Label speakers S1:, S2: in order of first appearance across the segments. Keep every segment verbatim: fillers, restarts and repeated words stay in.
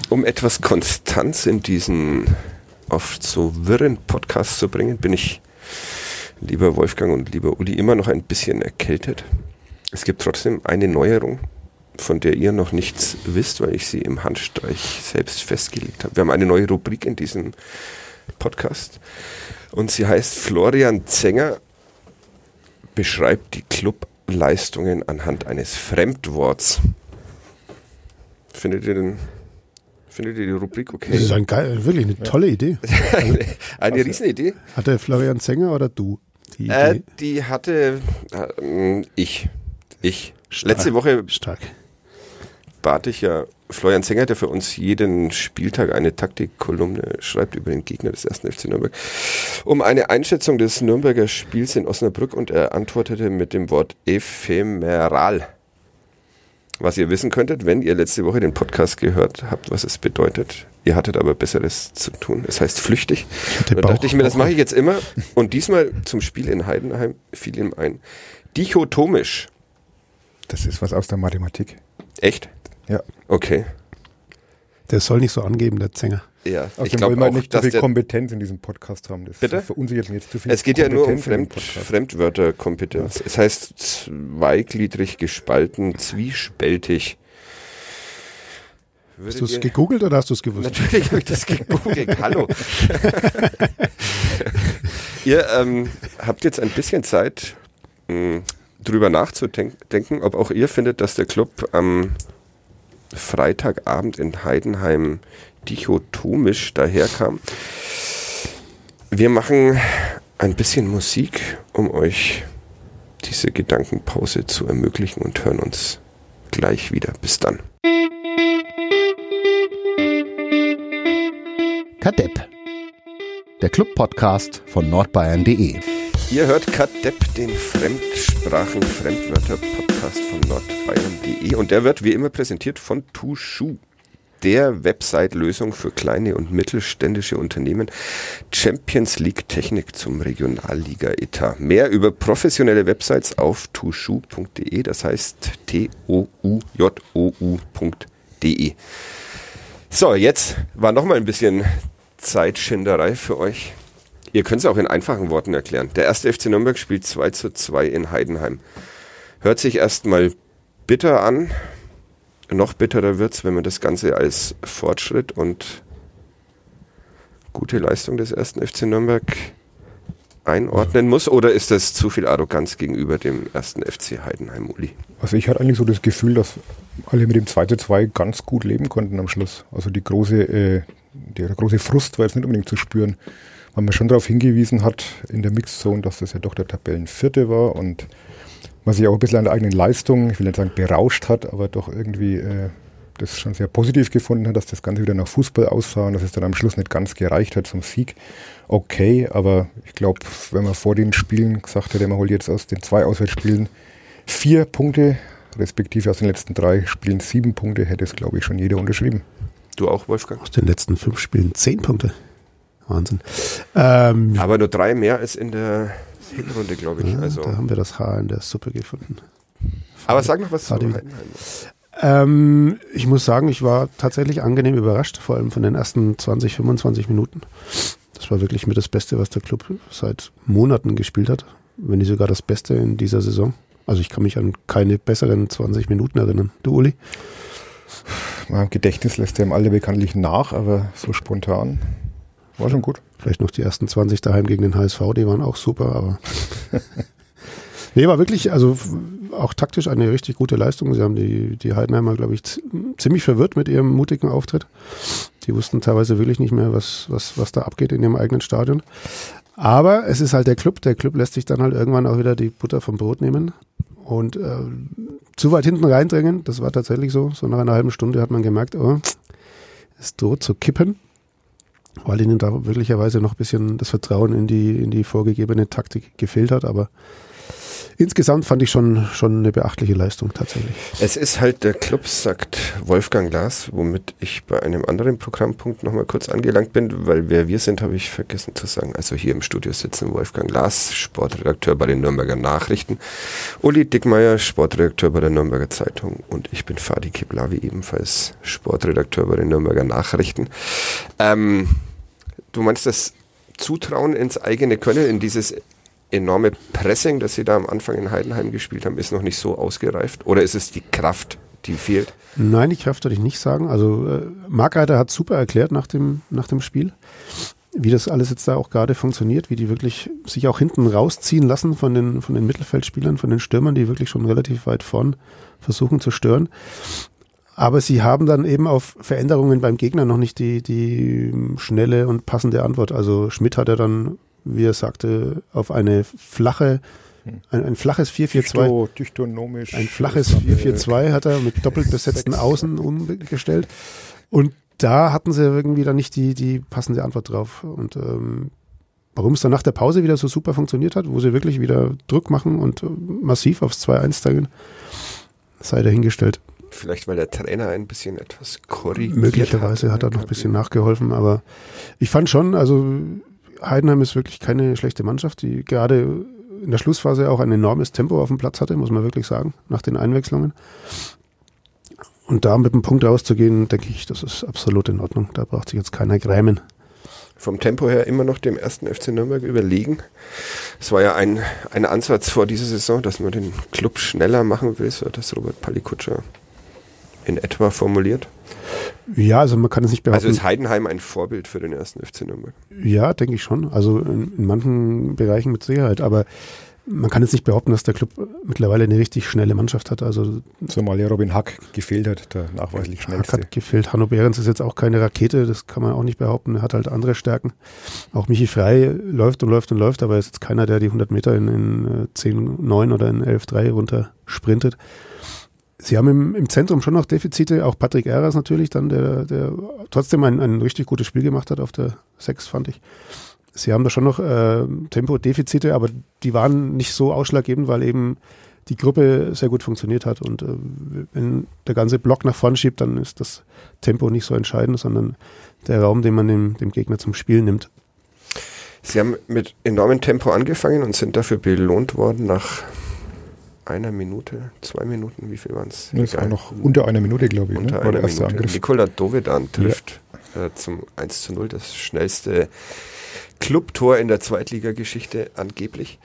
S1: um etwas Konstanz in diesen oft so wirren Podcast zu bringen, bin ich, lieber Wolfgang und lieber Uli, immer noch ein bisschen erkältet. Es gibt trotzdem eine Neuerung, von der ihr noch nichts wisst, weil ich sie im Handstreich selbst festgelegt habe. Wir haben eine neue Rubrik in diesem Podcast und sie heißt Florian Zenger beschreibt die Clubleistungen anhand eines Fremdworts. Findet ihr den, findet ihr die Rubrik okay?
S2: Das ist ein geil, wirklich eine tolle Idee.
S1: eine eine Riesenidee.
S2: Hatte Florian Zenger oder du die Idee?
S1: Äh, die hatte äh, ich. Ich. Stark. Letzte Woche
S2: Stark.
S1: bat ich ja Florian Zenger, der für uns jeden Spieltag eine Taktikkolumne schreibt über den Gegner des ersten F C Nürnberg, um eine Einschätzung des Nürnberger Spiels in Osnabrück, und er antwortete mit dem Wort ephemeral. Was ihr wissen könntet, wenn ihr letzte Woche den Podcast gehört habt, was es bedeutet. Ihr hattet aber Besseres zu tun. Es heißt flüchtig. Da dachte ich mir, das mache ich jetzt immer. Und diesmal zum Spiel in Heidenheim fiel ihm ein. Dichotomisch.
S3: Das ist was aus der Mathematik.
S1: Echt?
S3: Ja.
S1: Okay.
S2: Der soll nicht so angeben, der Zenger.
S1: Ja,
S3: also
S1: ich glaube
S3: wollen wir
S1: auch,
S3: nicht so
S1: dass
S3: viel
S1: der
S3: Kompetenz in diesem Podcast haben. Das
S1: Bitte?
S3: verunsichert mich jetzt zu viel.
S1: Es geht ja nur um
S3: Kompetenz in dem
S1: Fremd,
S3: Podcast.
S1: Fremdwörterkompetenz. Ja. Es heißt zweigliedrig, gespalten, zwiespältig.
S2: Hast du es gegoogelt oder hast du es gewusst?
S1: Natürlich habe ich das gegoogelt. Hallo. Ihr ähm, habt jetzt ein bisschen Zeit, mh, drüber nachzudenken, ob auch ihr findet, dass der Club am Freitagabend in Heidenheim dichotomisch daherkam. Wir machen ein bisschen Musik, um euch diese Gedankenpause zu ermöglichen, und hören uns gleich wieder. Bis dann.
S4: Kadepp, der Club-Podcast von nordbayern punkt de.
S1: Ihr hört Kadepp, den Fremdsprachen-Fremdwörter-Podcast von nordbayern punkt de, und der wird wie immer präsentiert von Tushu, der Website-Lösung für kleine und mittelständische Unternehmen. Champions League Technik zum Regionalliga-Etat. Mehr über professionelle Websites auf tushu punkt de, das heißt T O U J O U punkt de. So, jetzt war noch mal ein bisschen Zeitschinderei für euch. Ihr könnt es auch in einfachen Worten erklären. Der erste F C Nürnberg spielt zwei zu zwei in Heidenheim. Hört sich erstmal bitter an. Noch bitterer wird's, wenn man das Ganze als Fortschritt und gute Leistung des ersten F C Nürnberg einordnen muss. Oder ist das zu viel Arroganz gegenüber dem ersten F C Heidenheim, Uli?
S3: Also ich hatte eigentlich so das Gefühl, dass alle mit dem zwei zu zwei ganz gut leben konnten am Schluss. Also die große, äh, der große Frust war jetzt nicht unbedingt zu spüren, weil man schon darauf hingewiesen hat in der Mixzone, dass das ja doch der Tabellenvierte war und man sich auch ein bisschen an der eigenen Leistung, ich will nicht sagen berauscht hat, aber doch irgendwie äh, das schon sehr positiv gefunden hat, dass das Ganze wieder nach Fußball aussah und dass es dann am Schluss nicht ganz gereicht hat zum Sieg. Okay, aber ich glaube, wenn man vor den Spielen gesagt hätte, man holt jetzt aus den zwei Auswärtsspielen vier Punkte, respektive aus den letzten drei Spielen sieben Punkte, hätte es, glaube ich, schon jeder unterschrieben.
S1: Du auch, Wolfgang?
S2: Aus den letzten fünf Spielen zehn Punkte. Wahnsinn. Ähm,
S1: Aber nur drei mehr als in der Hinrunde, glaube ich.
S2: Ja,
S1: also.
S2: Da haben wir das Haar in der Suppe gefunden.
S1: Aber sag noch was zu
S2: Fade.
S1: Heidenheim.
S2: Ähm, ich muss sagen, ich war tatsächlich angenehm überrascht, vor allem von den ersten zwanzig, fünfundzwanzig Minuten. Das war wirklich mit das Beste, was der Club seit Monaten gespielt hat. Wenn nicht sogar das Beste in dieser Saison. Also ich kann mich an keine besseren zwanzig Minuten erinnern. Du, Uli?
S3: Mein Gedächtnis lässt ja im Alter bekanntlich nach, aber so spontan war schon gut.
S2: Vielleicht noch die ersten zwanzig daheim gegen den H S V, die waren auch super, aber nee, war wirklich, also auch taktisch eine richtig gute Leistung. Sie haben die, die Heidenheimer, glaube ich, z- ziemlich verwirrt mit ihrem mutigen Auftritt. Die wussten teilweise wirklich nicht mehr, was, was, was da abgeht in ihrem eigenen Stadion. Aber es ist halt der Club. Der Club lässt sich dann halt irgendwann auch wieder die Butter vom Brot nehmen und äh, zu weit hinten reindrängen. Das war tatsächlich so. So nach einer halben Stunde hat man gemerkt, oh, es droht zu kippen, weil ihnen da wirklicherweise noch ein bisschen das Vertrauen in die, in die vorgegebene Taktik gefehlt hat. Aber insgesamt fand ich schon, schon eine beachtliche Leistung tatsächlich.
S1: Es ist halt der Club, sagt Wolfgang Glas, womit ich bei einem anderen Programmpunkt nochmal kurz angelangt bin, weil wer wir sind, habe ich vergessen zu sagen. Also hier im Studio sitzen Wolfgang Glas, Sportredakteur bei den Nürnberger Nachrichten, Uli Dickmeyer, Sportredakteur bei der Nürnberger Zeitung und ich bin Fadi Kiblavi, ebenfalls Sportredakteur bei den Nürnberger Nachrichten. Ähm, du meinst, das Zutrauen ins eigene Können, in dieses enorme Pressing, das sie da am Anfang in Heidenheim gespielt haben, ist noch nicht so ausgereift? Oder ist es die Kraft, die fehlt?
S2: Nein, die Kraft würde ich nicht sagen. Also äh, Markreiter hat super erklärt nach dem, nach dem Spiel, wie das alles jetzt da auch gerade funktioniert, wie die wirklich sich auch hinten rausziehen lassen von den, von den Mittelfeldspielern, von den Stürmern, die wirklich schon relativ weit vorn versuchen zu stören. Aber sie haben dann eben auf Veränderungen beim Gegner noch nicht die, die schnelle und passende Antwort. Also Schmidt hat ja dann, wie er sagte, auf eine flache, ein, ein flaches vier vier zwei,
S3: Dichtonomisch.
S2: ein flaches vier vier zwei hat er mit doppelt besetzten Außen umgestellt. Und da hatten sie irgendwie dann nicht die, die passende Antwort drauf. Und ähm, warum es dann nach der Pause wieder so super funktioniert hat, wo sie wirklich wieder Druck machen und massiv aufs zwei eins steigen, sei dahingestellt.
S1: Vielleicht, weil der Trainer ein bisschen etwas korrigiert
S2: Möglicherweise hat, hat er noch ein bisschen nachgeholfen, aber ich fand schon, also Heidenheim ist wirklich keine schlechte Mannschaft, die gerade in der Schlussphase auch ein enormes Tempo auf dem Platz hatte, muss man wirklich sagen, nach den Einwechslungen. Und da mit einem Punkt rauszugehen, denke ich, das ist absolut in Ordnung. Da braucht sich jetzt keiner grämen.
S1: Vom Tempo her immer noch dem ersten F C Nürnberg überlegen. Es war ja ein, ein Ansatz vor dieser Saison, dass man den Club schneller machen will, so hat das Robert Palikutscher in etwa formuliert.
S2: Ja, also man kann es nicht behaupten.
S1: Also ist Heidenheim ein Vorbild für den ersten F C Nürnberg?
S2: Ja, denke ich schon. Also in, in manchen Bereichen mit Sicherheit, aber man kann jetzt nicht behaupten, dass der Club mittlerweile eine richtig schnelle Mannschaft hat. Also
S3: zumal ja Robin Hack gefehlt hat, der nachweislich schnellste.
S2: Hack hat gefehlt. Hanno Behrens ist jetzt auch keine Rakete, das kann man auch nicht behaupten. Er hat halt andere Stärken. Auch Michi Frey läuft und läuft und läuft, aber er ist jetzt keiner, der die hundert Meter in, in zehn neun oder in elf drei runter sprintet. Sie haben im, im Zentrum schon noch Defizite, auch Patrick Ehrers natürlich dann, der, der trotzdem ein, ein richtig gutes Spiel gemacht hat auf der sechs, fand ich. Sie haben da schon noch äh, Tempodefizite, aber die waren nicht so ausschlaggebend, weil eben die Gruppe sehr gut funktioniert hat. Und äh, wenn der ganze Block nach vorn schiebt, dann ist das Tempo nicht so entscheidend, sondern der Raum, den man dem, dem Gegner zum Spiel nimmt.
S1: Sie haben mit enormem Tempo angefangen und sind dafür belohnt worden nach einer Minute, zwei Minuten, wie viel waren es?
S3: Das war noch unter einer Minute, glaube ich.
S1: Unter
S3: ne?
S1: einer
S3: der erste
S1: Minute.
S3: Angriff.
S1: Nikola Dovedan trifft ja. äh, zum eins zu null, das schnellste Clubtor in der Zweitligageschichte angeblich.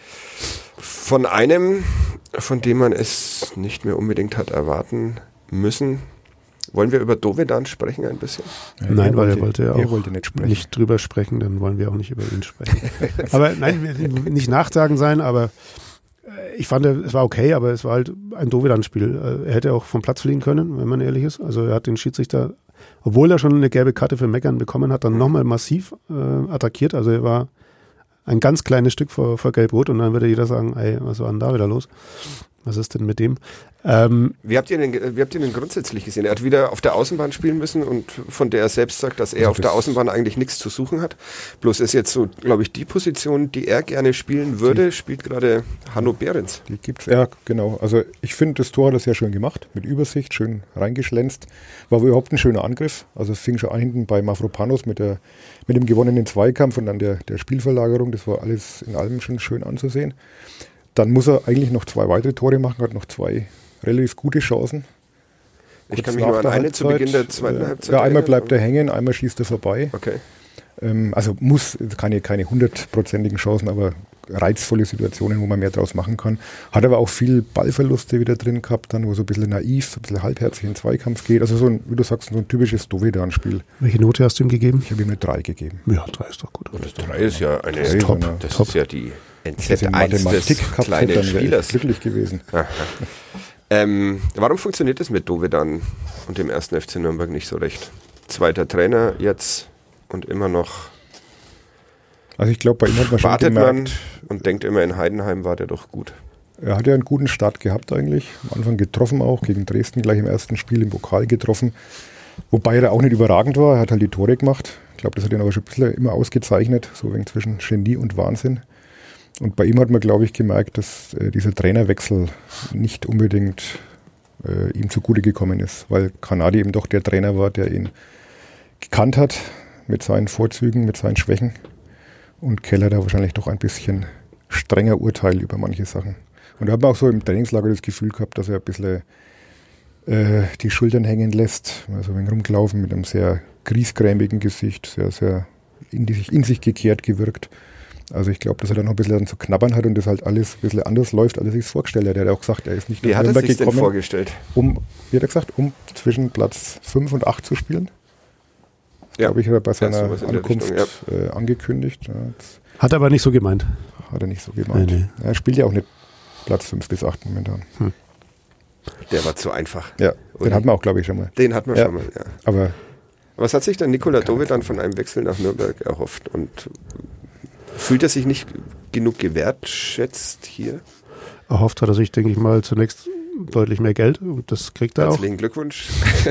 S1: Von einem, von dem man es nicht mehr unbedingt hat erwarten müssen. Wollen wir über Dovedan sprechen ein bisschen?
S2: Ja, nein, weil er wollte ja auch
S3: wollte nicht,
S2: nicht drüber sprechen, dann wollen wir auch nicht über ihn sprechen. Aber nein, nicht nachtragend sein, aber ich fand, es war okay, aber es war halt ein Dovedan-Spiel. Er hätte auch vom Platz fliegen können, wenn man ehrlich ist. Also er hat den Schiedsrichter, obwohl er schon eine gelbe Karte für Meckern bekommen hat, dann nochmal massiv äh, attackiert. Also er war ein ganz kleines Stück vor, vor Gelb-Rot und dann würde jeder sagen, ey, was war denn da wieder los? Was ist denn mit dem? Ähm,
S1: wie, habt ihr den, wie habt ihr den grundsätzlich gesehen? Er hat wieder auf der Außenbahn spielen müssen und von der er selbst sagt, dass er also auf der Außenbahn eigentlich nichts zu suchen hat. Bloß ist jetzt so, glaube ich, die Position, die er gerne spielen würde, die, spielt gerade Hanno Behrens.
S3: Die gibt's, ja, genau. Also ich finde, das Tor hat er sehr schön gemacht, mit Übersicht, schön reingeschlänzt. War überhaupt ein schöner Angriff. Also es fing schon an hinten bei Mavropanos mit, der, mit dem gewonnenen Zweikampf und dann der, der Spielverlagerung. Das war alles in allem schon schön anzusehen. Dann muss er eigentlich noch zwei weitere Tore machen, hat noch zwei relativ gute Chancen.
S1: Ich Kurz kann mich nur an eine
S3: Halbzeit,
S1: zu Beginn der zweiten
S3: äh,
S1: Halbzeit
S3: Ja, einmal
S1: erinnern,
S3: bleibt er hängen, einmal schießt er vorbei.
S1: Okay.
S3: Ähm, also muss keine, keine hundertprozentigen Chancen, aber reizvolle Situationen, wo man mehr draus machen kann. Hat aber auch viel Ballverluste wieder drin gehabt, dann wo so ein bisschen naiv, ein bisschen halbherzig in den Zweikampf geht. Also so ein, wie du sagst, so ein typisches Dovedan-Spiel.
S2: Welche Note hast du ihm gegeben?
S3: Ich habe ihm eine drei gegeben.
S2: Ja, drei ist doch gut.
S1: Und das drei ist ja eine,
S3: das ist
S1: top.
S3: Eine,
S1: das
S3: top.
S1: ist ja die N
S3: Wenn
S1: Z
S3: ich
S1: eins
S3: Mathematik
S1: des
S3: gehabt
S1: kleinen
S3: hätte, dann wäre
S1: Spielers.
S3: ich glücklich gewesen.
S1: ähm, warum funktioniert das mit Dovedan und dem ersten F C Nürnberg nicht so recht? Zweiter Trainer jetzt und immer noch
S3: also ich glaube, bei ihm hat man schon
S1: wartet
S3: gemerkt,
S1: man und denkt immer, in Heidenheim war der doch gut.
S3: Er hat ja einen guten Start gehabt eigentlich. Am Anfang getroffen auch, gegen Dresden gleich im ersten Spiel im Pokal getroffen. Wobei er auch nicht überragend war, er hat halt die Tore gemacht. Ich glaube, das hat ihn aber schon ein bisschen immer ausgezeichnet, so wegen zwischen Genie und Wahnsinn. Und bei ihm hat man, glaube ich, gemerkt, dass äh, dieser Trainerwechsel nicht unbedingt äh, ihm zugute gekommen ist, weil Canadi eben doch der Trainer war, der ihn gekannt hat mit seinen Vorzügen, mit seinen Schwächen. Und Keller da wahrscheinlich doch ein bisschen strenger Urteil über manche Sachen. Und da hat man auch so im Trainingslager das Gefühl gehabt, dass er ein bisschen äh, die Schultern hängen lässt. Also ein wenig rumgelaufen mit einem sehr griesgrämigen Gesicht, sehr, sehr in, die, in sich gekehrt gewirkt. Also ich glaube, dass er da noch ein bisschen zu knabbern hat und das halt alles ein bisschen anders läuft, als er sich vorgestellt hat. Er hat auch gesagt, er ist nicht
S1: nach Nürnberg gekommen. Wie hat er sich denn vorgestellt?
S3: Um, wie hat er gesagt, um zwischen Platz fünf und acht zu spielen. Ja. Glaube ich, hat er bei seiner ja, Ankunft Richtung, ja. äh, angekündigt. Ja,
S2: hat er aber nicht so gemeint.
S3: Hat er nicht so gemeint. Nee, nee. Er spielt ja auch nicht Platz fünf bis acht momentan. Hm.
S1: Der war zu einfach.
S3: Ja, Oder? Den hatten wir auch, glaube ich, schon mal.
S1: Den hatten wir ja. schon mal, ja.
S3: Aber
S1: was hat sich dann Nikola Dove dann von einem Wechsel nach Nürnberg erhofft? Und fühlt er sich nicht genug gewertschätzt hier?
S2: Erhofft hat er sich, denke ich mal, zunächst deutlich mehr Geld und das kriegt er
S1: Herzlichen
S2: auch.
S1: Glückwunsch.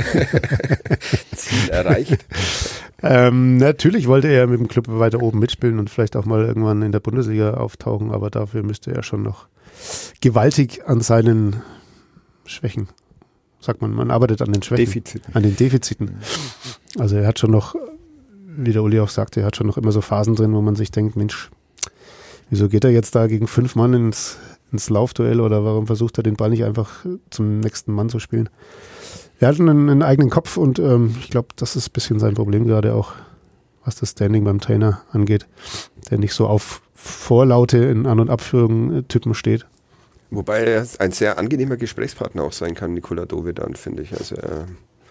S1: Ziel erreicht.
S2: Ähm, natürlich wollte er mit dem Club weiter oben mitspielen und vielleicht auch mal irgendwann in der Bundesliga auftauchen, aber dafür müsste er schon noch gewaltig an seinen Schwächen, sagt man, man arbeitet an den Schwächen,
S3: Defiziten.
S2: an den Defiziten. Also er hat schon noch, wie der Uli auch sagte, er hat schon noch immer so Phasen drin, wo man sich denkt, Mensch, wieso geht er jetzt da gegen fünf Mann ins ins Laufduell oder warum versucht er den Ball nicht einfach zum nächsten Mann zu spielen? Er hat einen, einen eigenen Kopf und ähm, ich glaube, das ist ein bisschen sein Problem gerade auch, was das Standing beim Trainer angeht, der nicht so auf Vorlaute in An- und Abführungen Typen steht.
S1: Wobei er ein sehr angenehmer Gesprächspartner auch sein kann, Nikola Dove dann, finde ich. Also er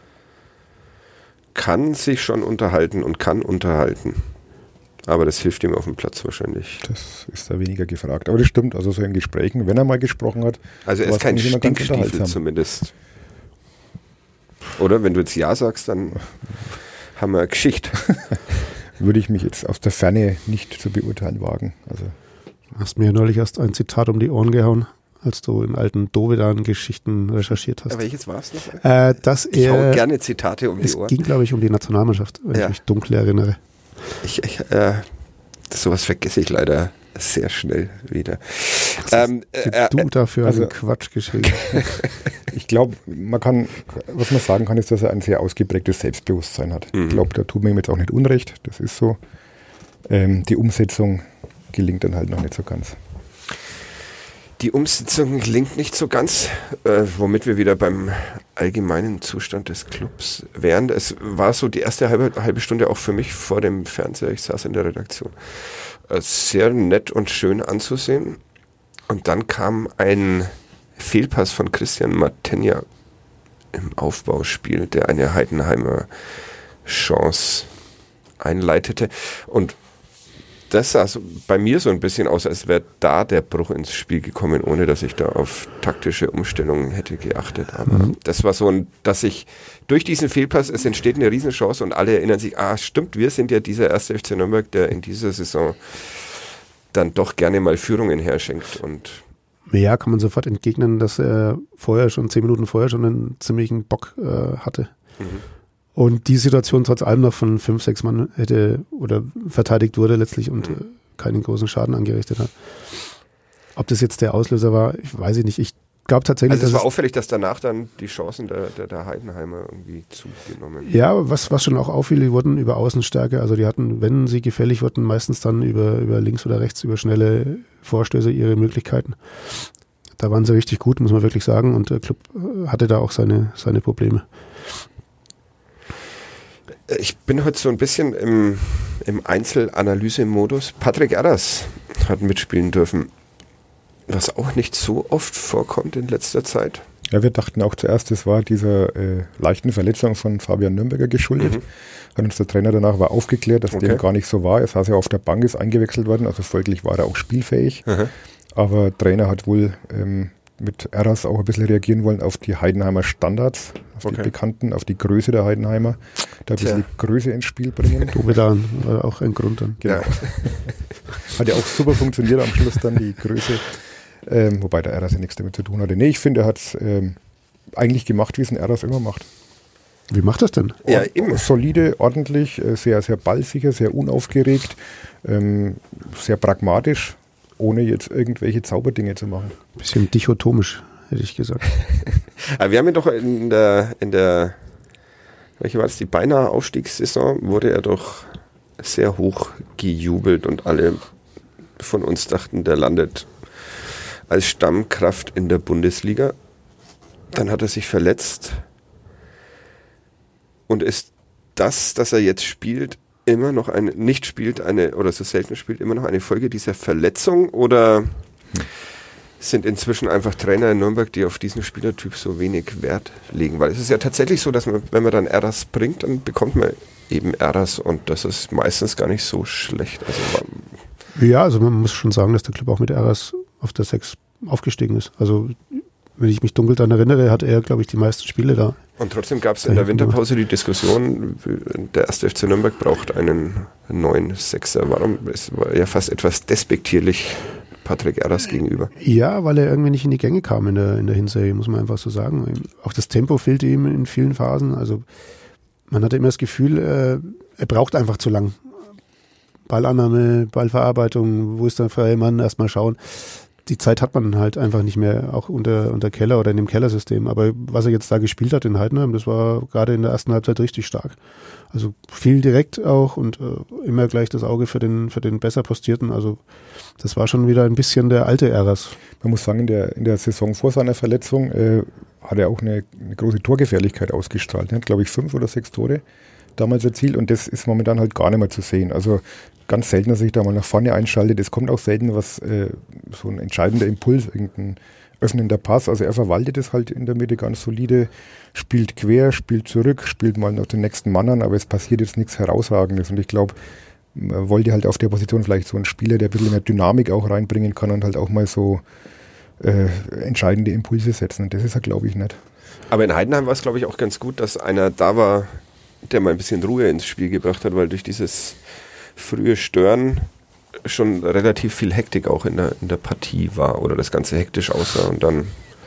S1: kann sich schon unterhalten und kann unterhalten. Aber das hilft ihm auf dem Platz wahrscheinlich.
S3: Das ist da weniger gefragt. Aber das stimmt, also so in Gesprächen, wenn er mal gesprochen hat.
S1: Also er ist kein Stinkstiefel zumindest. Oder? Wenn du jetzt Ja sagst, dann haben wir eine Geschichte.
S3: Würde ich mich jetzt aus der Ferne nicht zu beurteilen wagen. Also.
S2: Du hast mir neulich erst ein Zitat um die Ohren gehauen, als du in alten Dovedan-Geschichten recherchiert hast.
S1: Aber welches war es noch?
S2: Äh, dass
S1: ich
S2: er,
S1: hau gerne Zitate um die Ohren.
S2: Es ging, glaube ich, um die Nationalmannschaft, wenn ja. ich mich dunkel erinnere.
S1: Ich, ich äh, sowas vergesse ich leider sehr schnell wieder. Ähm,
S2: äh, du dafür also Quatsch geschrieben.
S3: Ich glaube, man kann, was man sagen kann, ist, dass er ein sehr ausgeprägtes Selbstbewusstsein hat. Mhm. Ich glaube, da tut man ihm jetzt auch nicht unrecht. Das ist so. Ähm, die Umsetzung gelingt dann halt noch nicht so ganz.
S1: Die Umsetzung gelingt nicht so ganz, äh, womit wir wieder beim allgemeinen Zustand des Clubs wären. Es war so die erste halbe, halbe Stunde auch für mich vor dem Fernseher, ich saß in der Redaktion, äh, sehr nett und schön anzusehen. Und dann kam ein Fehlpass von Christian Martenja im Aufbauspiel, der eine Heidenheimer Chance einleitete. Und das sah so bei mir so ein bisschen aus, als wäre da der Bruch ins Spiel gekommen, ohne dass ich da auf taktische Umstellungen hätte geachtet. Aber mhm. das war so, ein, dass ich durch diesen Fehlpass, es entsteht eine Riesenchance und alle erinnern sich, ah stimmt, wir sind ja dieser erste F C Nürnberg, der in dieser Saison dann doch gerne mal Führungen herschenkt. Und
S2: ja, kann man sofort entgegnen, dass er vorher schon, zehn Minuten vorher schon einen ziemlichen Bock äh, hatte. Mhm. Und die Situation trotz allem noch von fünf, sechs Mann hätte oder verteidigt wurde letztlich und mhm. keinen großen Schaden angerichtet hat. Ob das jetzt der Auslöser war, ich weiß ich nicht. Ich glaube tatsächlich,
S1: also es
S2: dass
S1: war auffällig, dass danach dann die Chancen der, der, der Heidenheimer irgendwie zugenommen.
S2: Ja, was, was schon auch auffiel, die wurden über Außenstärke, also die hatten, wenn sie gefährlich wurden, meistens dann über, über links oder rechts, über schnelle Vorstöße ihre Möglichkeiten. Da waren sie richtig gut, muss man wirklich sagen, und der Club hatte da auch seine, seine Probleme.
S1: Ich bin heute so ein bisschen im, im Einzelanalyse-Modus. Patrick Erras hat mitspielen dürfen, was auch nicht so oft vorkommt in letzter Zeit.
S3: Ja, wir dachten auch zuerst, es war dieser äh, leichten Verletzung von Fabian Nürnberger geschuldet. Mhm. Hat uns der Trainer danach aber aufgeklärt, dass okay. dem gar nicht so war. Er saß ja auf der Bank, ist eingewechselt worden, also folglich war er auch spielfähig. Mhm. Aber der Trainer hat wohl ähm, mit Erras auch ein bisschen reagieren wollen auf die Heidenheimer Standards, auf okay. die Bekannten, auf die Größe der Heidenheimer. Da ein bisschen die Größe ins Spiel bringen.
S2: Du wieder war auch ein Grund dann.
S3: Genau. Ja. Hat ja auch super funktioniert am Schluss dann die Größe. Ähm, wobei der Erras ja nichts damit zu tun hatte. Nee, ich finde, er hat es ähm, eigentlich gemacht, wie es ein Erras immer macht.
S2: Wie macht das denn?
S3: Ja, immer. Solide, ordentlich, sehr, sehr ballsicher, sehr unaufgeregt, ähm, sehr pragmatisch. ohne jetzt irgendwelche Zauberdinge zu machen.
S2: Bisschen dichotomisch, hätte ich gesagt.
S1: Aber wir haben ihn doch in der, in der, welche war es, die beinahe Aufstiegssaison, wurde er doch sehr hoch gejubelt und alle von uns dachten, der landet als Stammkraft in der Bundesliga. Dann hat er sich verletzt und ist das, dass er jetzt spielt, immer noch eine, nicht spielt, eine, oder so selten spielt, immer noch eine Folge dieser Verletzung, oder sind inzwischen einfach Trainer in Nürnberg, die auf diesen Spielertyp so wenig Wert legen? Weil es ist ja tatsächlich so, dass man, wenn man dann Erras bringt, dann bekommt man eben Erras und das ist meistens gar nicht so schlecht. Also,
S2: ja, also man muss schon sagen, dass der Club auch mit Erras auf der sechs aufgestiegen ist. Also wenn ich mich dunkel daran erinnere, hat er, glaube ich, die meisten Spiele da.
S1: Und trotzdem gab es in der Winterpause die Diskussion, der erste F C Nürnberg braucht einen neuen Sechser. Warum? Es war ja fast etwas despektierlich Patrick Erras gegenüber.
S2: Ja, weil er irgendwie nicht in die Gänge kam in der, in der Hinserie, muss man einfach so sagen. Auch das Tempo fehlte ihm in vielen Phasen. Also man hatte immer das Gefühl, äh, er braucht einfach zu lang. Ballannahme, Ballverarbeitung, wo ist der freie Mann, erstmal schauen. Die Zeit hat man halt einfach nicht mehr, auch unter, unter Keller oder in dem Kellersystem. Aber was er jetzt da gespielt hat in Heidenheim, das war gerade in der ersten Halbzeit richtig stark. Also viel direkt auch und äh, immer gleich das Auge für den, für den besser Postierten. Also das war schon wieder ein bisschen der alte Erras.
S3: Man muss sagen, in der, in der Saison vor seiner Verletzung äh, hat er auch eine, eine große Torgefährlichkeit ausgestrahlt. Er hat, glaube ich, fünf oder sechs Tore damals erzielt und das ist momentan halt gar nicht mehr zu sehen. Also ganz selten, dass sich da mal nach vorne einschaltet. Es kommt auch selten was, äh, so ein entscheidender Impuls, irgendein öffnender Pass. Also er verwaltet es halt in der Mitte ganz solide, spielt quer, spielt zurück, spielt mal noch den nächsten Mann an, aber es passiert jetzt nichts Herausragendes. Und ich glaube, man wollte halt auf der Position vielleicht so einen Spieler, der ein bisschen mehr Dynamik auch reinbringen kann und halt auch mal so äh, entscheidende Impulse setzen. Und das ist er, glaube ich, nicht.
S1: Aber in Heidenheim war es, glaube ich, auch ganz gut, dass einer da war, der mal ein bisschen Ruhe ins Spiel gebracht hat, weil durch dieses frühe Stören schon relativ viel Hektik auch in der, in der Partie war oder das Ganze hektisch aussah und dann...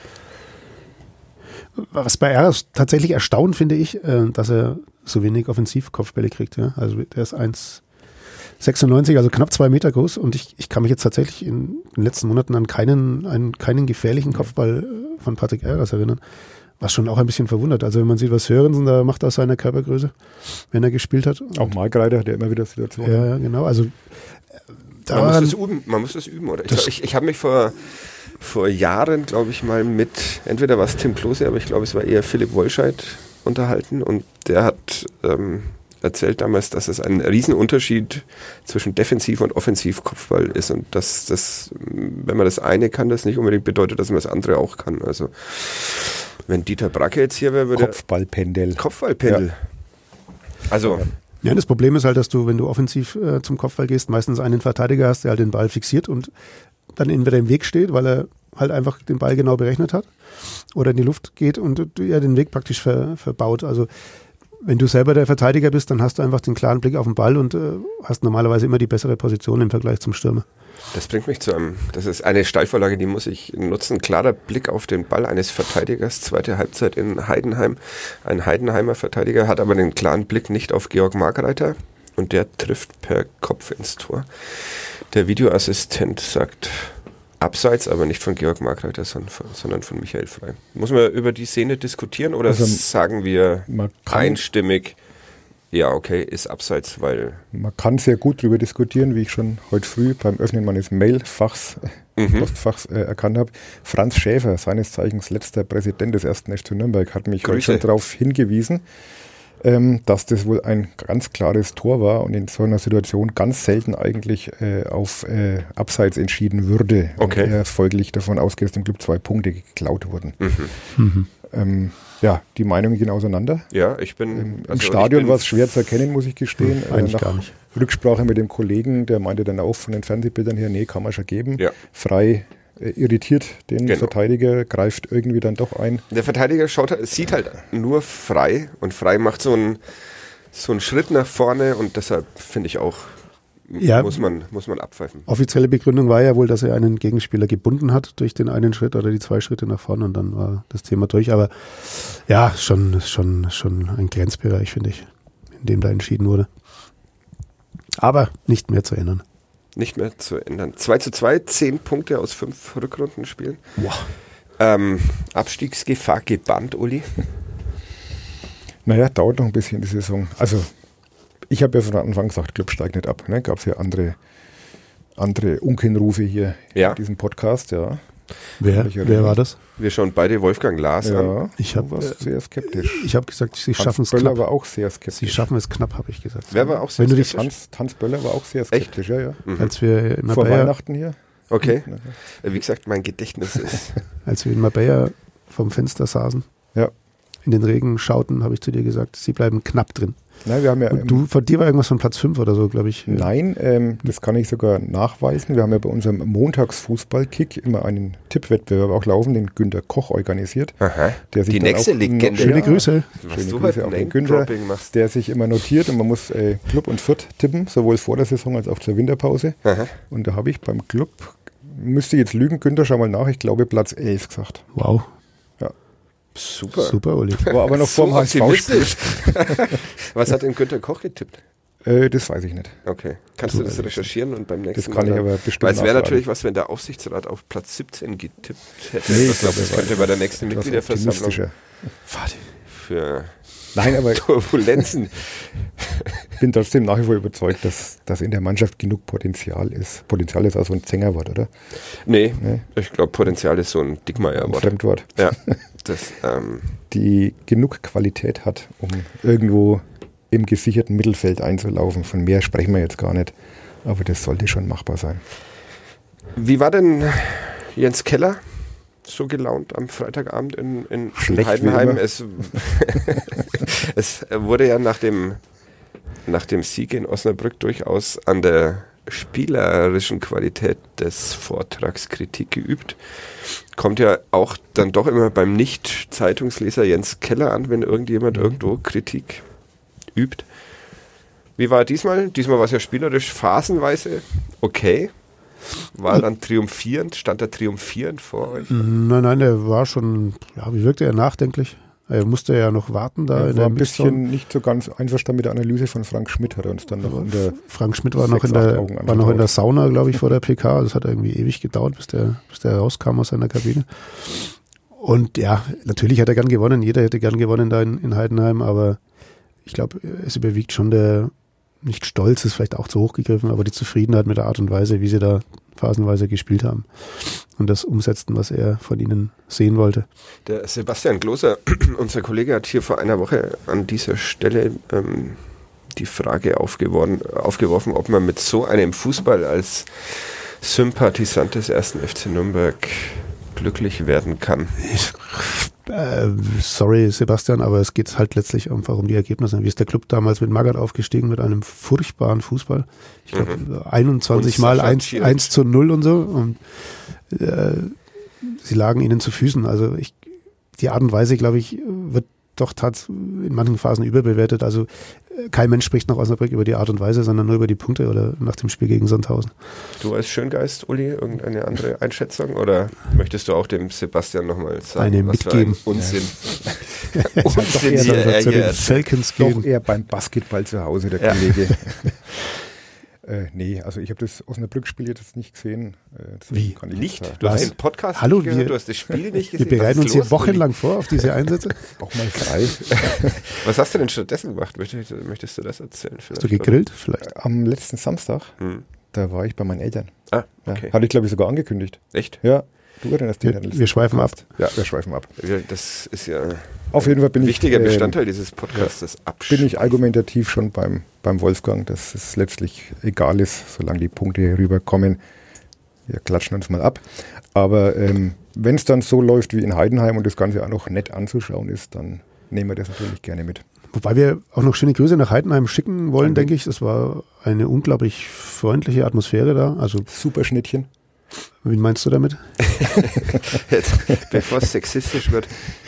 S2: Was bei Erras tatsächlich erstaunt, finde ich, dass er so wenig Offensivkopfbälle kriegt. Ja? Also der ist eins Komma sechsundneunzig, also knapp zwei Meter groß und ich, ich kann mich jetzt tatsächlich in den letzten Monaten an keinen, einen, keinen gefährlichen Kopfball von Patrick Erras erinnern. Was schon auch ein bisschen verwundert. Also wenn man sieht, was Sörensen da macht aus seiner Körpergröße, wenn er gespielt hat.
S3: Auch Markreiter hat ja immer wieder Situationen.
S2: Ja, genau. Also
S1: man, muss das üben, man muss das üben, oder? Ich, ich, ich habe mich vor, vor Jahren, glaube ich, mal mit, entweder war es Tim Klose, aber ich glaube, es war eher Philipp Wollscheid unterhalten und der hat ähm, erzählt damals, dass es ein Riesenunterschied zwischen Defensiv- und Offensiv-Kopfball ist und dass das, wenn man das eine kann, das nicht unbedingt bedeutet, dass man das andere auch kann. Also wenn Dieter Bracke jetzt hier wäre, würde
S3: Kopfballpendel.
S1: Kopfballpendel. Ja. Also.
S2: Ja, das Problem ist halt, dass du, wenn du offensiv äh, zum Kopfball gehst, meistens einen Verteidiger hast, der halt den Ball fixiert und dann entweder im Weg steht, weil er halt einfach den Ball genau berechnet hat oder in die Luft geht und er den Weg praktisch ver, verbaut. Also wenn du selber der Verteidiger bist, dann hast du einfach den klaren Blick auf den Ball und äh, hast normalerweise immer die bessere Position im Vergleich zum Stürmer.
S1: Das bringt mich zu einem, das ist eine Steilvorlage, die muss ich nutzen. Klarer Blick auf den Ball eines Verteidigers, zweite Halbzeit in Heidenheim. Ein Heidenheimer Verteidiger hat aber den klaren Blick nicht auf Georg Markreiter und der trifft per Kopf ins Tor. Der Videoassistent sagt abseits, aber nicht von Georg Markreiter, sondern von, sondern von Michael Frey. Muss man über die Szene diskutieren oder also sagen wir einstimmig, ja, okay, ist abseits, weil...
S3: Man kann sehr gut darüber diskutieren, wie ich schon heute früh beim Öffnen meines Mailfachs, mhm. Postfachs äh, erkannt habe. Franz Schäfer, seines Zeichens letzter Präsident des ersten F C Nürnberg, hat mich heute schon darauf hingewiesen, ähm, dass das wohl ein ganz klares Tor war und in so einer Situation ganz selten eigentlich äh, auf äh, Abseits entschieden würde.
S1: Okay.
S3: Und er folglich davon ausgeht, dass dem Club zwei Punkte geklaut wurden.
S1: Mhm.
S3: Mhm. Ähm, ja, die Meinungen gehen auseinander.
S1: Ja, ich bin...
S3: Im, also im Stadion war es schwer zu erkennen, muss ich gestehen.
S2: Hm, eigentlich
S3: äh, nach
S2: gar nicht.
S3: Rücksprache mit dem Kollegen, der meinte dann auch von den Fernsehbildern her, nee, kann man schon geben.
S1: Ja.
S3: Frei äh, irritiert den
S1: genau.
S3: Verteidiger, greift irgendwie dann doch ein.
S1: Der Verteidiger schaut, sieht halt nur Frei und Frei macht so einen, so einen Schritt nach vorne und deshalb finde ich auch, ja, muss man, muss man abpfeifen.
S2: Offizielle Begründung war ja wohl, dass er einen Gegenspieler gebunden hat durch den einen Schritt oder die zwei Schritte nach vorne und dann war das Thema durch. Aber ja, schon, schon, schon ein Grenzbereich, finde ich, in dem da entschieden wurde. Aber nicht mehr zu ändern.
S1: nicht mehr zu ändern. zwei zu zwei, zehn Punkte aus fünf Rückrundenspielen.
S2: Wow.
S1: Ähm, Abstiegsgefahr gebannt, Uli?
S3: Naja, dauert noch ein bisschen die Saison. Also, ich habe ja von Anfang gesagt, Club steigt nicht ab. Ne? Gab es ja andere, andere Unkenrufe hier
S1: Ja.
S3: in diesem Podcast, ja.
S2: Wer,
S3: Ich
S2: wer
S3: erinnere.
S2: war das?
S1: Wir schauen beide Wolfgang Lars an.
S3: Ja,
S2: Ich hab,
S3: du warst
S2: äh,
S3: sehr skeptisch.
S2: Ich habe gesagt, sie schaffen
S3: Hans
S2: es
S3: Böller
S2: knapp.
S3: war auch sehr skeptisch.
S2: Sie schaffen es knapp, habe ich gesagt.
S1: Wer war auch sehr
S2: Wenn du dich-
S1: skeptisch?
S3: Hans, Hans Böller war auch sehr skeptisch, ja, ja.
S1: Mhm.
S2: Als wir in
S3: Vor
S2: Marbella,
S3: Weihnachten hier.
S1: Okay. Wie gesagt, mein Gedächtnis ist...
S2: als wir in Marbella vom Fenster saßen,
S3: Ja.
S2: in den Regen schauten, habe ich zu dir gesagt, sie bleiben knapp drin.
S3: Nein, wir haben ja,
S2: Und
S3: ähm,
S2: du, von dir war irgendwas von Platz fünf oder so, glaube ich.
S3: Nein, ähm, das kann ich sogar nachweisen. Wir haben ja bei unserem Montagsfußball-Kick immer einen Tippwettbewerb auch laufen, den Günter Koch organisiert.
S1: Aha.
S3: Der sich
S1: Die
S3: dann
S1: nächste
S3: auch
S1: Legende.
S3: noch-
S2: Schöne
S3: Ja,
S2: Grüße.
S1: Was
S3: Schöne
S1: du
S3: Grüße
S1: heute
S3: auch an
S1: Name
S3: Günther,
S1: Dropping machst.
S3: der sich immer notiert und man muss äh, Club und Fürth tippen, sowohl vor der Saison als auch zur Winterpause.
S1: Aha.
S3: Und da habe ich beim Club, müsste jetzt lügen, Günther, schau mal nach, ich glaube Platz elf gesagt.
S2: Wow.
S1: Super.
S2: Super, Uli.
S3: War aber noch vor dem
S1: So
S3: H S V-Spiel.
S1: optimistisch. Was hat denn Günther Koch getippt?
S3: Äh, das weiß ich nicht.
S1: Okay. Kannst du das recherchieren und beim nächsten
S3: Das kann
S1: Mal
S3: ich
S1: dann-
S3: aber bestimmt
S1: Weil es wäre
S3: nachfragen.
S1: natürlich was, wenn der Aufsichtsrat auf Platz siebzehn getippt hätte.
S3: Nee, ich
S1: Was
S3: glaube,
S1: das
S3: er war
S1: könnte bei der nächsten
S3: etwas
S1: Mitgliederversammlung
S3: optimistischer.
S2: Fadi.
S1: für
S3: Nein, aber
S1: Turbulenzen.
S3: ich bin trotzdem nach wie vor überzeugt, dass, dass in der Mannschaft genug Potenzial ist. Potenzial ist auch so ein Zängerwort, oder?
S1: Nee,
S3: Nee.
S1: ich glaube, Potenzial ist so ein
S3: Ein
S1: Dickmeier-Wort.
S3: Fremdwort.
S1: Ja, das, ähm,
S3: Die genug Qualität hat, um irgendwo im gesicherten Mittelfeld einzulaufen. Von mehr sprechen wir jetzt gar nicht. Aber das sollte schon machbar sein.
S1: wie war denn Jens Keller so gelaunt am Freitagabend in, in
S3: Schlecht
S1: Heidenheim?
S3: wie immer.
S1: Es, es wurde ja nach dem, nach dem Sieg in Osnabrück durchaus an der spielerischen Qualität des Vortrags Kritik geübt. Kommt ja auch dann doch immer beim Nicht-Zeitungsleser Jens Keller an, wenn irgendjemand irgendwo Kritik übt. Wie war diesmal? Diesmal war es ja spielerisch phasenweise okay. War dann triumphierend, stand er triumphierend vor euch?
S2: Nein, nein, der war schon, ja, wie wirkte er nachdenklich? Er musste ja noch warten da
S3: Er
S2: in
S3: war
S2: der
S3: ein
S2: Mixzone.
S3: bisschen nicht so ganz einverstanden mit der Analyse von Frank Schmidt, hat er uns dann noch in der
S2: Frank Schmidt war noch,
S3: sechs,
S2: in der,
S3: acht Augen
S2: war noch in der
S3: angeschaut.
S2: Sauna, glaube ich, vor der P K. Das hat irgendwie ewig gedauert, bis der, bis der rauskam aus seiner Kabine. Und ja, natürlich hat er gern gewonnen. Jeder hätte gern gewonnen da in, in Heidenheim, aber ich glaube, es überwiegt schon der, nicht Stolz, ist vielleicht auch zu hoch gegriffen, aber die Zufriedenheit mit der Art und Weise, wie sie da phasenweise gespielt haben und das umsetzten, was er von ihnen sehen wollte.
S1: Der Sebastian Gloser, unser Kollege, hat hier vor einer Woche an dieser Stelle ähm, die Frage aufgeworfen, aufgeworfen, ob man mit so einem Fußball als Sympathisant des ersten F C Nürnberg glücklich werden kann.
S2: Ich, äh, sorry, Sebastian, aber es geht halt letztlich einfach um die Ergebnisse. Wie ist der Club damals mit Magath aufgestiegen mit einem furchtbaren Fußball? Ich glaube,
S1: Mhm.
S2: einundzwanzig
S1: Und
S2: Mal
S1: Sascha
S2: eins
S1: Ciric.
S2: eins zu null und so. Und äh, sie lagen ihnen zu Füßen. Also ich, die Art und Weise, glaube ich, wird doch tats in manchen Phasen überbewertet. Also äh, kein Mensch spricht nach Osnabrück über die Art und Weise, sondern nur über die Punkte oder nach dem Spiel gegen Sandhausen.
S1: Du als Schöngeist, Uli, irgendeine andere Einschätzung oder möchtest du auch dem Sebastian nochmal sagen,
S2: Eine
S1: was
S2: mitgeben.
S1: für ein Unsinn,
S3: doch
S1: Unsinn
S3: eher
S1: hier
S3: dann
S1: er
S2: zu den
S1: hier
S2: Falcons
S3: doch
S2: gehen.
S3: eher beim Basketball zu Hause, der
S1: Ja.
S3: Kollege. äh, nee, also ich habe das Osnabrück-Spiel jetzt nicht gesehen. Äh, deswegen
S2: Wie?
S3: kann ich
S1: nicht.
S3: sagen.
S1: Du hast
S2: Was?
S1: den Podcast
S2: Hallo,
S1: nicht gehört,
S2: wir-
S1: du hast das Spiel nicht
S2: Wir
S1: gesehen. Was
S2: bereiten
S1: ist
S2: uns hier
S1: los, Uli?
S2: wochenlang vor auf diese Einsätze.
S3: Auch mal frei.
S1: Was hast du denn stattdessen gemacht? Möchtest, möchtest du das erzählen?
S2: Hast du gegrillt vielleicht?
S3: Am letzten Samstag,
S1: Hm.
S3: da war ich bei meinen Eltern.
S1: Ah,
S3: Ja.
S1: okay.
S3: Hatte ich, glaube ich, sogar angekündigt.
S1: Echt?
S3: Ja, du erinnerst dich
S2: Wir,
S3: an den letzten
S2: wir schweifen ab.
S3: Podcast. Ja, wir schweifen ab.
S1: Ja, das ist ja
S3: Auf jeden Fall bin
S1: ein
S3: ich,
S1: wichtiger
S3: ähm,
S1: Bestandteil dieses Podcasts, das Abschweifen.
S3: bin ich argumentativ schon beim, beim Wolfgang, dass es letztlich egal ist, solange die Punkte hier rüberkommen. Wir klatschen uns mal ab. Aber ähm, wenn es dann so läuft wie in Heidenheim und das Ganze auch noch nett anzuschauen ist, dann nehmen wir das natürlich gerne mit.
S2: Wobei wir auch noch schöne Grüße nach Heidenheim schicken wollen,
S3: Mhm.
S2: denke ich. Das war eine unglaublich freundliche Atmosphäre da. Also,
S3: Super Schnittchen.
S2: wie meinst du damit?
S1: Jetzt, bevor es sexistisch wird,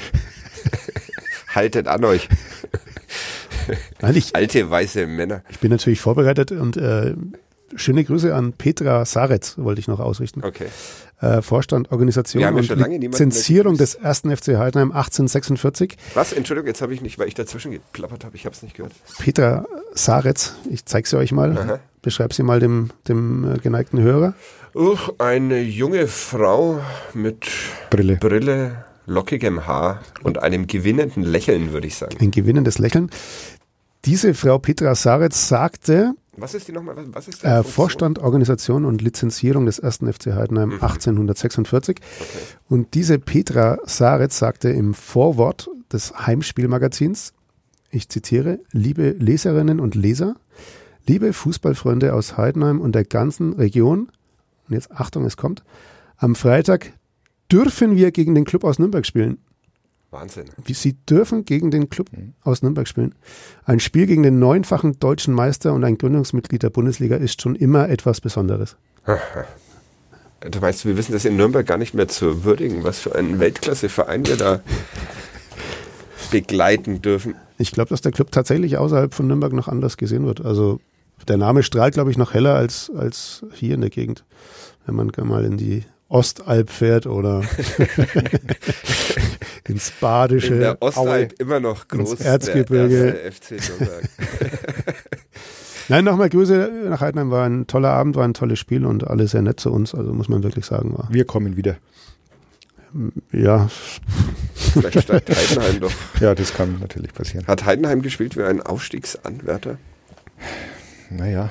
S1: haltet an euch,
S2: Nein, ich,
S1: alte weiße Männer.
S2: ich bin natürlich vorbereitet und äh, schöne Grüße an Petra Saretz wollte ich noch ausrichten.
S1: Okay.
S2: Äh, Vorstand Organisation
S1: Wir haben ja
S2: und
S1: schon lange niemanden
S2: Lizenzierung
S1: mehr
S2: des ersten F C Heidenheim achtzehnhundertsechsundvierzig.
S1: Was? Entschuldigung, jetzt habe ich nicht, weil ich dazwischen geplappert habe, ich habe es nicht gehört.
S2: Petra Saretz, ich zeige sie euch mal.
S1: Aha.
S2: Beschreib sie mal dem, dem äh, geneigten Hörer.
S1: Uch, eine junge Frau mit
S3: Brille.
S1: Brille, lockigem Haar und einem gewinnenden Lächeln, würde ich sagen.
S2: Ein gewinnendes Lächeln. Diese Frau Petra Saretz sagte,
S1: Was ist die nochmal? Was ist die
S2: äh,
S1: Funktion?
S2: Vorstand, Organisation und Lizenzierung des ersten F C Heidenheim
S1: Mhm.
S2: achtzehnhundertsechsundvierzig.
S1: Okay.
S2: Und diese Petra Saretz sagte im Vorwort des Heimspielmagazins, ich zitiere, liebe Leserinnen und Leser, liebe Fußballfreunde aus Heidenheim und der ganzen Region, und jetzt Achtung, es kommt, am Freitag dürfen wir gegen den Club aus Nürnberg spielen.
S1: Wahnsinn.
S2: Wie Sie dürfen gegen den Club aus Nürnberg spielen. Ein Spiel gegen den neunfachen deutschen Meister und ein Gründungsmitglied der Bundesliga ist schon immer etwas Besonderes.
S1: Du weißt, wir wissen das in Nürnberg gar nicht mehr zu würdigen, was für einen Weltklasse-Verein wir da begleiten dürfen.
S2: Ich glaube, dass der Club tatsächlich außerhalb von Nürnberg noch anders gesehen wird. Also der Name strahlt, glaube ich, noch heller als, als hier in der Gegend. Wenn man mal in die Ostalb fährt oder ins Badische.
S1: In der Ostalb
S2: Aue,
S1: immer noch groß.
S2: ins Erzgebirge.
S1: Der erste F C Nürnberg.
S2: Nein, nochmal Grüße nach Heidenheim. War ein toller Abend, war ein tolles Spiel und alle sehr nett zu uns. Also muss man wirklich sagen. War.
S3: Wir kommen wieder.
S2: Ja,
S1: Vielleicht steigt Heidenheim doch.
S3: Ja, das kann natürlich passieren.
S1: Hat Heidenheim gespielt wie ein Aufstiegsanwärter?
S3: Naja.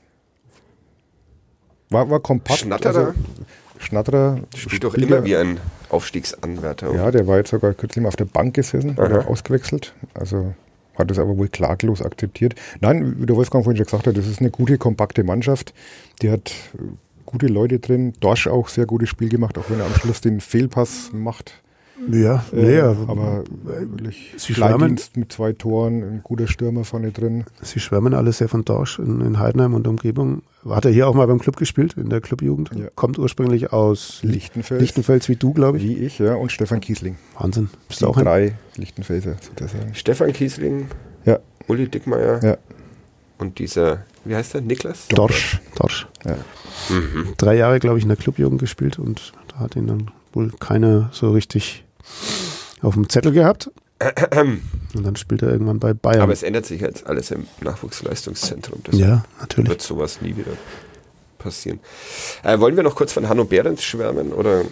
S3: War, war kompakt.
S1: Schnatterer?
S3: Also, Schnatterer.
S1: Spielt doch
S3: Spieler.
S1: immer wie ein Aufstiegsanwärter.
S3: Ja, der war jetzt sogar kürzlich mal auf der Bank gesessen,
S1: Aha.
S3: oder ausgewechselt. Also hat es aber wohl klaglos akzeptiert. Nein, wie der Wolfgang vorhin schon gesagt hat, das ist eine gute, kompakte Mannschaft. Die hat äh, gute Leute drin. Dorsch auch sehr gutes Spiel gemacht, auch wenn er am Schluss den Fehlpass macht.
S2: ja,
S3: Äh,
S2: nee,
S3: aber wirklich
S2: Sie schwärmen,
S3: Kleindienst mit zwei Toren, ein guter Stürmer vorne drin.
S2: Sie schwärmen alle sehr von Dorsch in, in Heidenheim und Umgebung. Hat er hier auch mal beim Club gespielt, in der Clubjugend.
S3: Ja.
S2: Kommt ursprünglich aus
S3: Lichtenfels.
S2: Lichtenfels wie du, glaube ich.
S3: Wie ich, ja, und Stefan Kiesling.
S2: Wahnsinn. Bist
S3: Die
S2: du auch ein
S3: drei Lichtenfelser sozusagen.
S1: Stefan Kiesling,
S3: Ja,
S1: Uli Dickmeyer
S3: ja.
S1: und dieser, wie heißt der, Niklas?
S2: Dorsch. Dorsch.
S3: ja.
S1: Mhm.
S2: Drei Jahre, glaube ich, in der Clubjugend gespielt und da hat ihn dann wohl keiner so richtig auf dem Zettel gehabt. Und dann spielt er irgendwann bei Bayern.
S1: Aber es ändert sich jetzt alles im Nachwuchsleistungszentrum. Das
S2: ja, natürlich.
S1: wird sowas nie wieder passieren. Äh, wollen wir noch kurz von Hanno Behrens schwärmen? Oder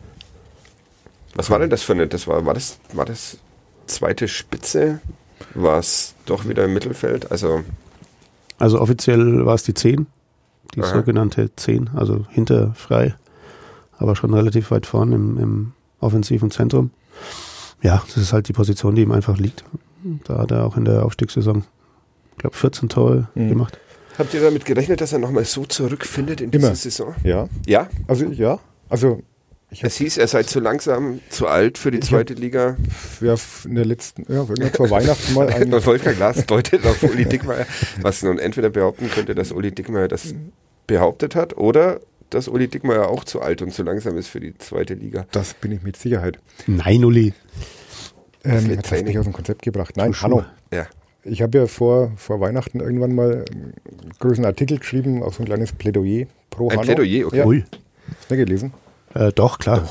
S1: was war denn das für eine? Das war, war das, war das zweite Spitze? War es doch wieder im Mittelfeld? Also
S2: Also offiziell war es die zehn, die
S1: Aha.
S2: sogenannte zehn, also hinter frei, aber schon relativ weit vorn im, im offensiven Zentrum. Ja, das ist halt die Position, die ihm einfach liegt. Da hat er auch in der Aufstiegssaison, ich glaube, vierzehn Tore
S3: Mhm.
S2: gemacht.
S1: habt ihr damit gerechnet, dass er nochmal so zurückfindet in dieser
S3: Immer.
S1: Saison?
S3: Ja,
S1: Ja?
S3: also ja, also ich
S1: Es hieß, er sei zu langsam, zu alt für die
S3: Ich
S1: zweite Liga.
S3: habe in der letzten, ja, irgendwann vor Weihnachten mal ein,
S1: Volker Glas deutet auf Uli Dickmeyer, was nun entweder behaupten könnte, dass Uli Dickmeyer das behauptet hat oder dass Uli Dickmeyer auch zu alt und zu langsam ist für die zweite Liga.
S3: das bin ich mit Sicherheit.
S2: Nein, Uli.
S3: Ähm,
S1: wird
S3: jetzt hast du
S1: Training.
S3: mich aus dem Konzept gebracht. Nein,
S2: Zu
S3: Hanno,
S2: Schuhe.
S1: Ja.
S3: ich habe ja vor, vor Weihnachten irgendwann mal einen großen Artikel geschrieben, auch so ein kleines Plädoyer pro
S1: Ein
S3: Hanno.
S1: Plädoyer, okay.
S3: Ja,
S2: Ui.
S3: hast du nicht gelesen?
S2: Äh, doch, klar.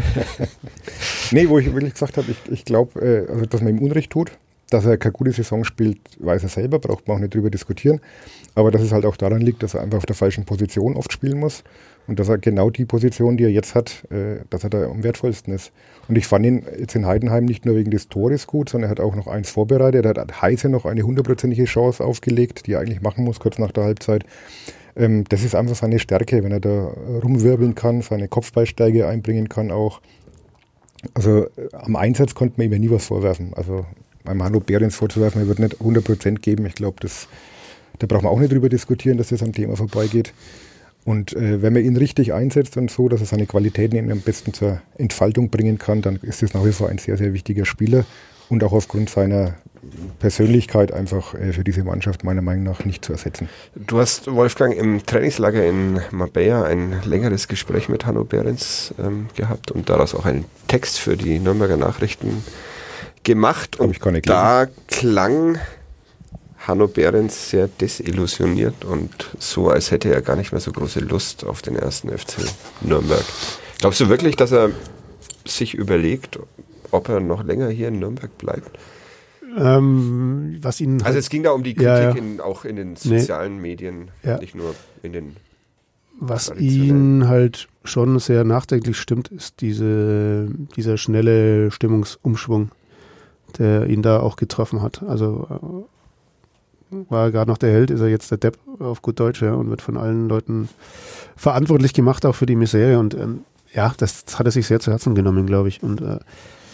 S3: Nee, wo ich wirklich gesagt habe, ich, ich glaube, äh, also, dass man ihm Unrecht tut, dass er keine gute Saison spielt, weiß er selber, braucht man auch nicht drüber diskutieren. Aber dass es halt auch daran liegt, dass er einfach auf der falschen Position oft spielen muss und dass er genau die Position, die er jetzt hat, äh, dass er da am wertvollsten ist. Und ich fand ihn jetzt in Heidenheim nicht nur wegen des Tores gut, sondern er hat auch noch eins vorbereitet. Er hat Heise noch eine hundertprozentige Chance aufgelegt, die er eigentlich machen muss, kurz nach der Halbzeit. Ähm, das ist einfach seine Stärke, wenn er da rumwirbeln kann, seine Kopfballsteige einbringen kann auch. Also äh, am Einsatz konnte man ihm ja nie was vorwerfen. Also beim Hanno Behrens vorzuwerfen, er wird nicht hundert Prozent geben. Ich glaube, da braucht man auch nicht drüber diskutieren, dass das am Thema vorbeigeht. Und äh, wenn man ihn richtig einsetzt und so, dass er seine Qualitäten eben am besten zur Entfaltung bringen kann, dann ist das nach wie vor ein sehr, sehr wichtiger Spieler und auch aufgrund seiner Persönlichkeit einfach äh, für diese Mannschaft meiner Meinung nach nicht zu ersetzen.
S1: Du hast, Wolfgang, im Trainingslager in Marbella ein längeres Gespräch mit Hanno Behrens ähm, gehabt und daraus auch einen Text für die Nürnberger Nachrichten gemacht.
S3: Hab
S1: Und
S3: ich gar nicht
S1: da klang Hanno Behrens sehr desillusioniert und so, als hätte er gar nicht mehr so große Lust auf den ersten F C Nürnberg. Glaubst du wirklich, dass er sich überlegt, ob er noch länger hier in Nürnberg bleibt?
S2: Ähm, was ihn
S1: Also
S2: halt,
S1: es ging da um die Kritik
S2: ja, ja.
S1: In, auch in den sozialen nee. Medien, ja. nicht nur in den
S2: Was ihn halt schon sehr nachdenklich stimmt, ist diese, dieser schnelle Stimmungsumschwung, der ihn da auch getroffen hat. Also war er gerade noch der Held, ist er jetzt der Depp auf gut Deutsch, ja, und wird von allen Leuten verantwortlich gemacht, auch für die Misere. Und ähm, ja, das hat er sich sehr zu Herzen genommen, glaube ich. Und äh,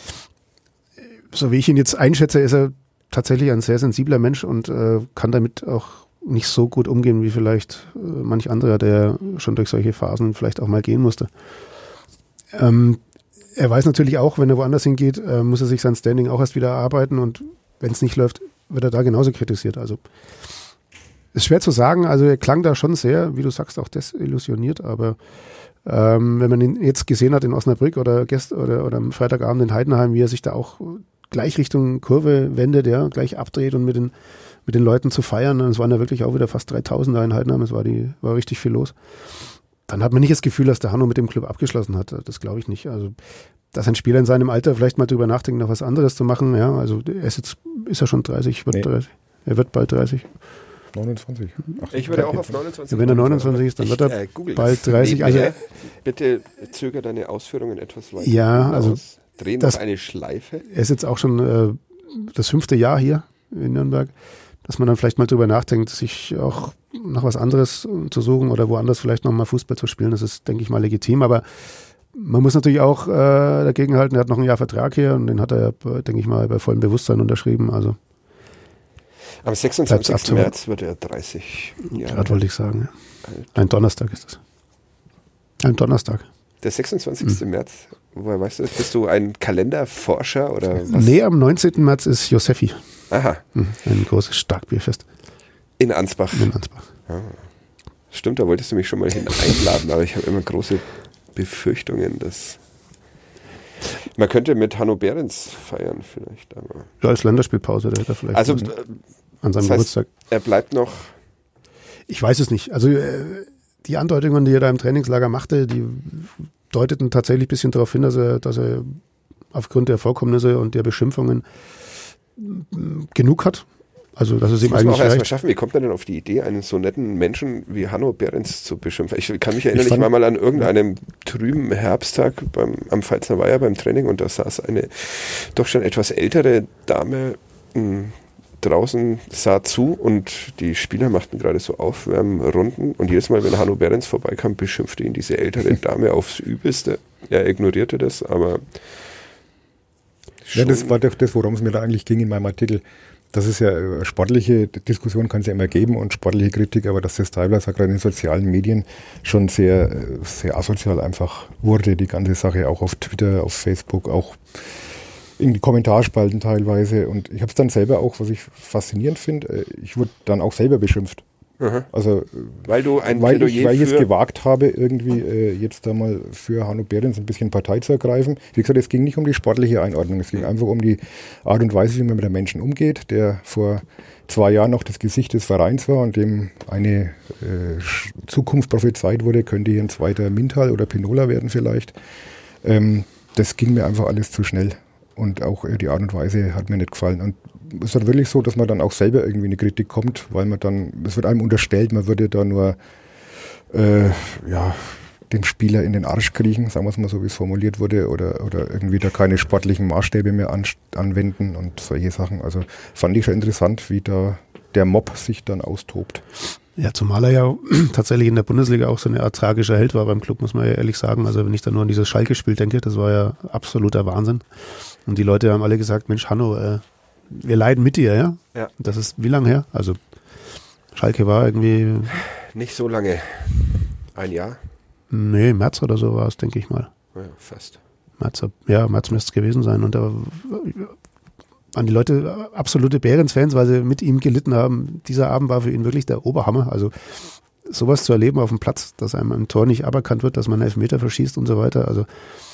S2: so wie ich ihn jetzt einschätze, ist er tatsächlich ein sehr sensibler Mensch und äh, kann damit auch nicht so gut umgehen wie vielleicht äh, manch anderer, der schon durch solche Phasen vielleicht auch mal gehen musste. Ähm, er weiß natürlich auch, wenn er woanders hingeht, äh, muss er sich sein Standing auch erst wieder erarbeiten und wenn es nicht läuft, wird er da genauso kritisiert. Also ist schwer zu sagen, also er klang da schon sehr, wie du sagst, auch desillusioniert, aber ähm, wenn man ihn jetzt gesehen hat in Osnabrück oder, gest oder, oder am Freitagabend in Heidenheim, wie er sich da auch gleich Richtung Kurve wendet, ja, gleich abdreht und mit den mit den Leuten zu feiern. Es waren ja wirklich auch wieder fast dreitausend da in Heidenheim. Es war, die, war richtig viel los. Dann hat man nicht das Gefühl, dass der Hanno mit dem Club abgeschlossen hat. Das glaube ich nicht. Also, dass ein Spieler in seinem Alter vielleicht mal drüber nachdenkt, noch was anderes zu machen. Ja, also er ist jetzt, ist er schon dreißig, wird nee. dreißig. Er wird bald dreißig.
S3: neunundzwanzig.
S1: Ach, ich würde auch auf neunundzwanzig.
S2: Ja, wenn er neunundzwanzig ist, dann ich, wird er äh, bald dreißig. Also,
S1: bitte zöger deine Ausführungen etwas weiter.
S2: Ja, also
S1: aus. Drehen noch eine Schleife.
S2: Er ist jetzt auch schon äh, das fünfte Jahr hier in Nürnberg. Dass man dann vielleicht mal drüber nachdenkt, sich auch nach was anderes zu suchen oder woanders vielleicht nochmal Fußball zu spielen. Das ist, denke ich mal, legitim. Aber man muss natürlich auch äh, dagegen halten. Er hat noch ein Jahr Vertrag hier und den hat er, denke ich mal, bei vollem Bewusstsein unterschrieben. Also
S1: am sechsundzwanzigsten März wird er dreißig Jahre.
S2: Gerade wollte ich sagen. Ja. Ein Donnerstag ist das. Ein Donnerstag.
S1: Der sechsundzwanzigsten Hm. März? Woher weißt du das? Bist du ein Kalenderforscher oder was?
S2: Nee, am neunzehnten März ist Josefi.
S1: Aha.
S2: Ein großes Starkbierfest.
S1: In Ansbach.
S2: In Ansbach.
S1: Ah. Stimmt, da wolltest du mich schon mal hin einladen, aber ich habe immer große Befürchtungen, dass man könnte mit Hanno Behrens feiern vielleicht. Aber
S2: ja, als Länderspielpause, der hätte er vielleicht
S1: also,
S2: an, an seinem
S1: das heißt,
S2: Geburtstag.
S1: Er bleibt noch.
S2: Ich weiß es nicht. Also die Andeutungen, die er da im Trainingslager machte, die deuteten tatsächlich ein bisschen darauf hin, dass er, dass er aufgrund der Vorkommnisse und der Beschimpfungen genug hat. Also, dass es ihm
S1: das
S2: eigentlich
S1: muss man auch erstmal
S2: reicht.
S1: schaffen. Wie kommt man denn auf die Idee, einen so netten Menschen wie Hanno Behrens zu beschimpfen? Ich kann mich erinnern, ich, ich war mal an irgendeinem trüben Herbsttag beim, am Pfalzner Weiher beim Training und da saß eine doch schon etwas ältere Dame mh, draußen, sah zu und die Spieler machten gerade so Aufwärmrunden und jedes Mal, wenn Hanno Behrens vorbeikam, beschimpfte ihn diese ältere Dame aufs Übelste. Er ignorierte das, aber
S3: ja, das war doch das, worum es mir da eigentlich ging in meinem Artikel. Das ist ja, sportliche Diskussion kann es ja immer geben und sportliche Kritik, aber dass das teilweise gerade in den sozialen Medien schon sehr, sehr asozial einfach wurde, die ganze Sache, auch auf Twitter, auf Facebook, auch in die Kommentarspalten teilweise. Und ich habe es dann selber auch, was ich faszinierend finde, ich wurde dann auch selber beschimpft.
S1: Aha.
S3: Also,
S1: weil du ein
S3: weil ich,
S1: Plädoyer
S3: weil ich es
S1: für
S3: gewagt habe, irgendwie äh, jetzt da mal für Hanno Behrens ein bisschen Partei zu ergreifen. Wie gesagt, es ging nicht um die sportliche Einordnung, es ging einfach um die Art und Weise, wie man mit einem Menschen umgeht, der vor zwei Jahren noch das Gesicht des Vereins war und dem eine äh, Zukunft prophezeit wurde, könnte hier ein zweiter Mintal oder Pinola werden vielleicht. Ähm, das ging mir einfach alles zu schnell. Und auch äh, die Art und Weise hat mir nicht gefallen. Und es ist halt wirklich so, dass man dann auch selber irgendwie in eine Kritik kommt, weil man dann, es wird einem unterstellt, man würde da nur äh, ja, dem Spieler in den Arsch kriechen, sagen wir es mal so, wie es formuliert wurde, oder, oder irgendwie da keine sportlichen Maßstäbe mehr an, anwenden und solche Sachen. Also fand ich schon interessant, wie da der Mob sich dann austobt.
S2: Ja, zumal er ja tatsächlich in der Bundesliga auch so eine Art tragischer Held war beim Club, muss man ja ehrlich sagen. Also wenn ich da nur an dieses Schalke-Spiel denke, das war ja absoluter Wahnsinn. Und die Leute haben alle gesagt, Mensch, Hanno, äh, wir leiden mit dir, ja?
S1: Ja.
S2: Das ist wie lange her? Also Schalke war irgendwie...
S1: Nicht so lange. Ein Jahr?
S2: Nee, März oder so war es, denke ich mal.
S1: Ja, fast.
S2: März, ja, März müsste es gewesen sein. Und da waren die Leute absolute Behrens-Fans, weil sie mit ihm gelitten haben. Dieser Abend war für ihn wirklich der Oberhammer. Also sowas zu erleben auf dem Platz, dass einem ein Tor nicht aberkannt wird, dass man einen Elfmeter verschießt und so weiter. Also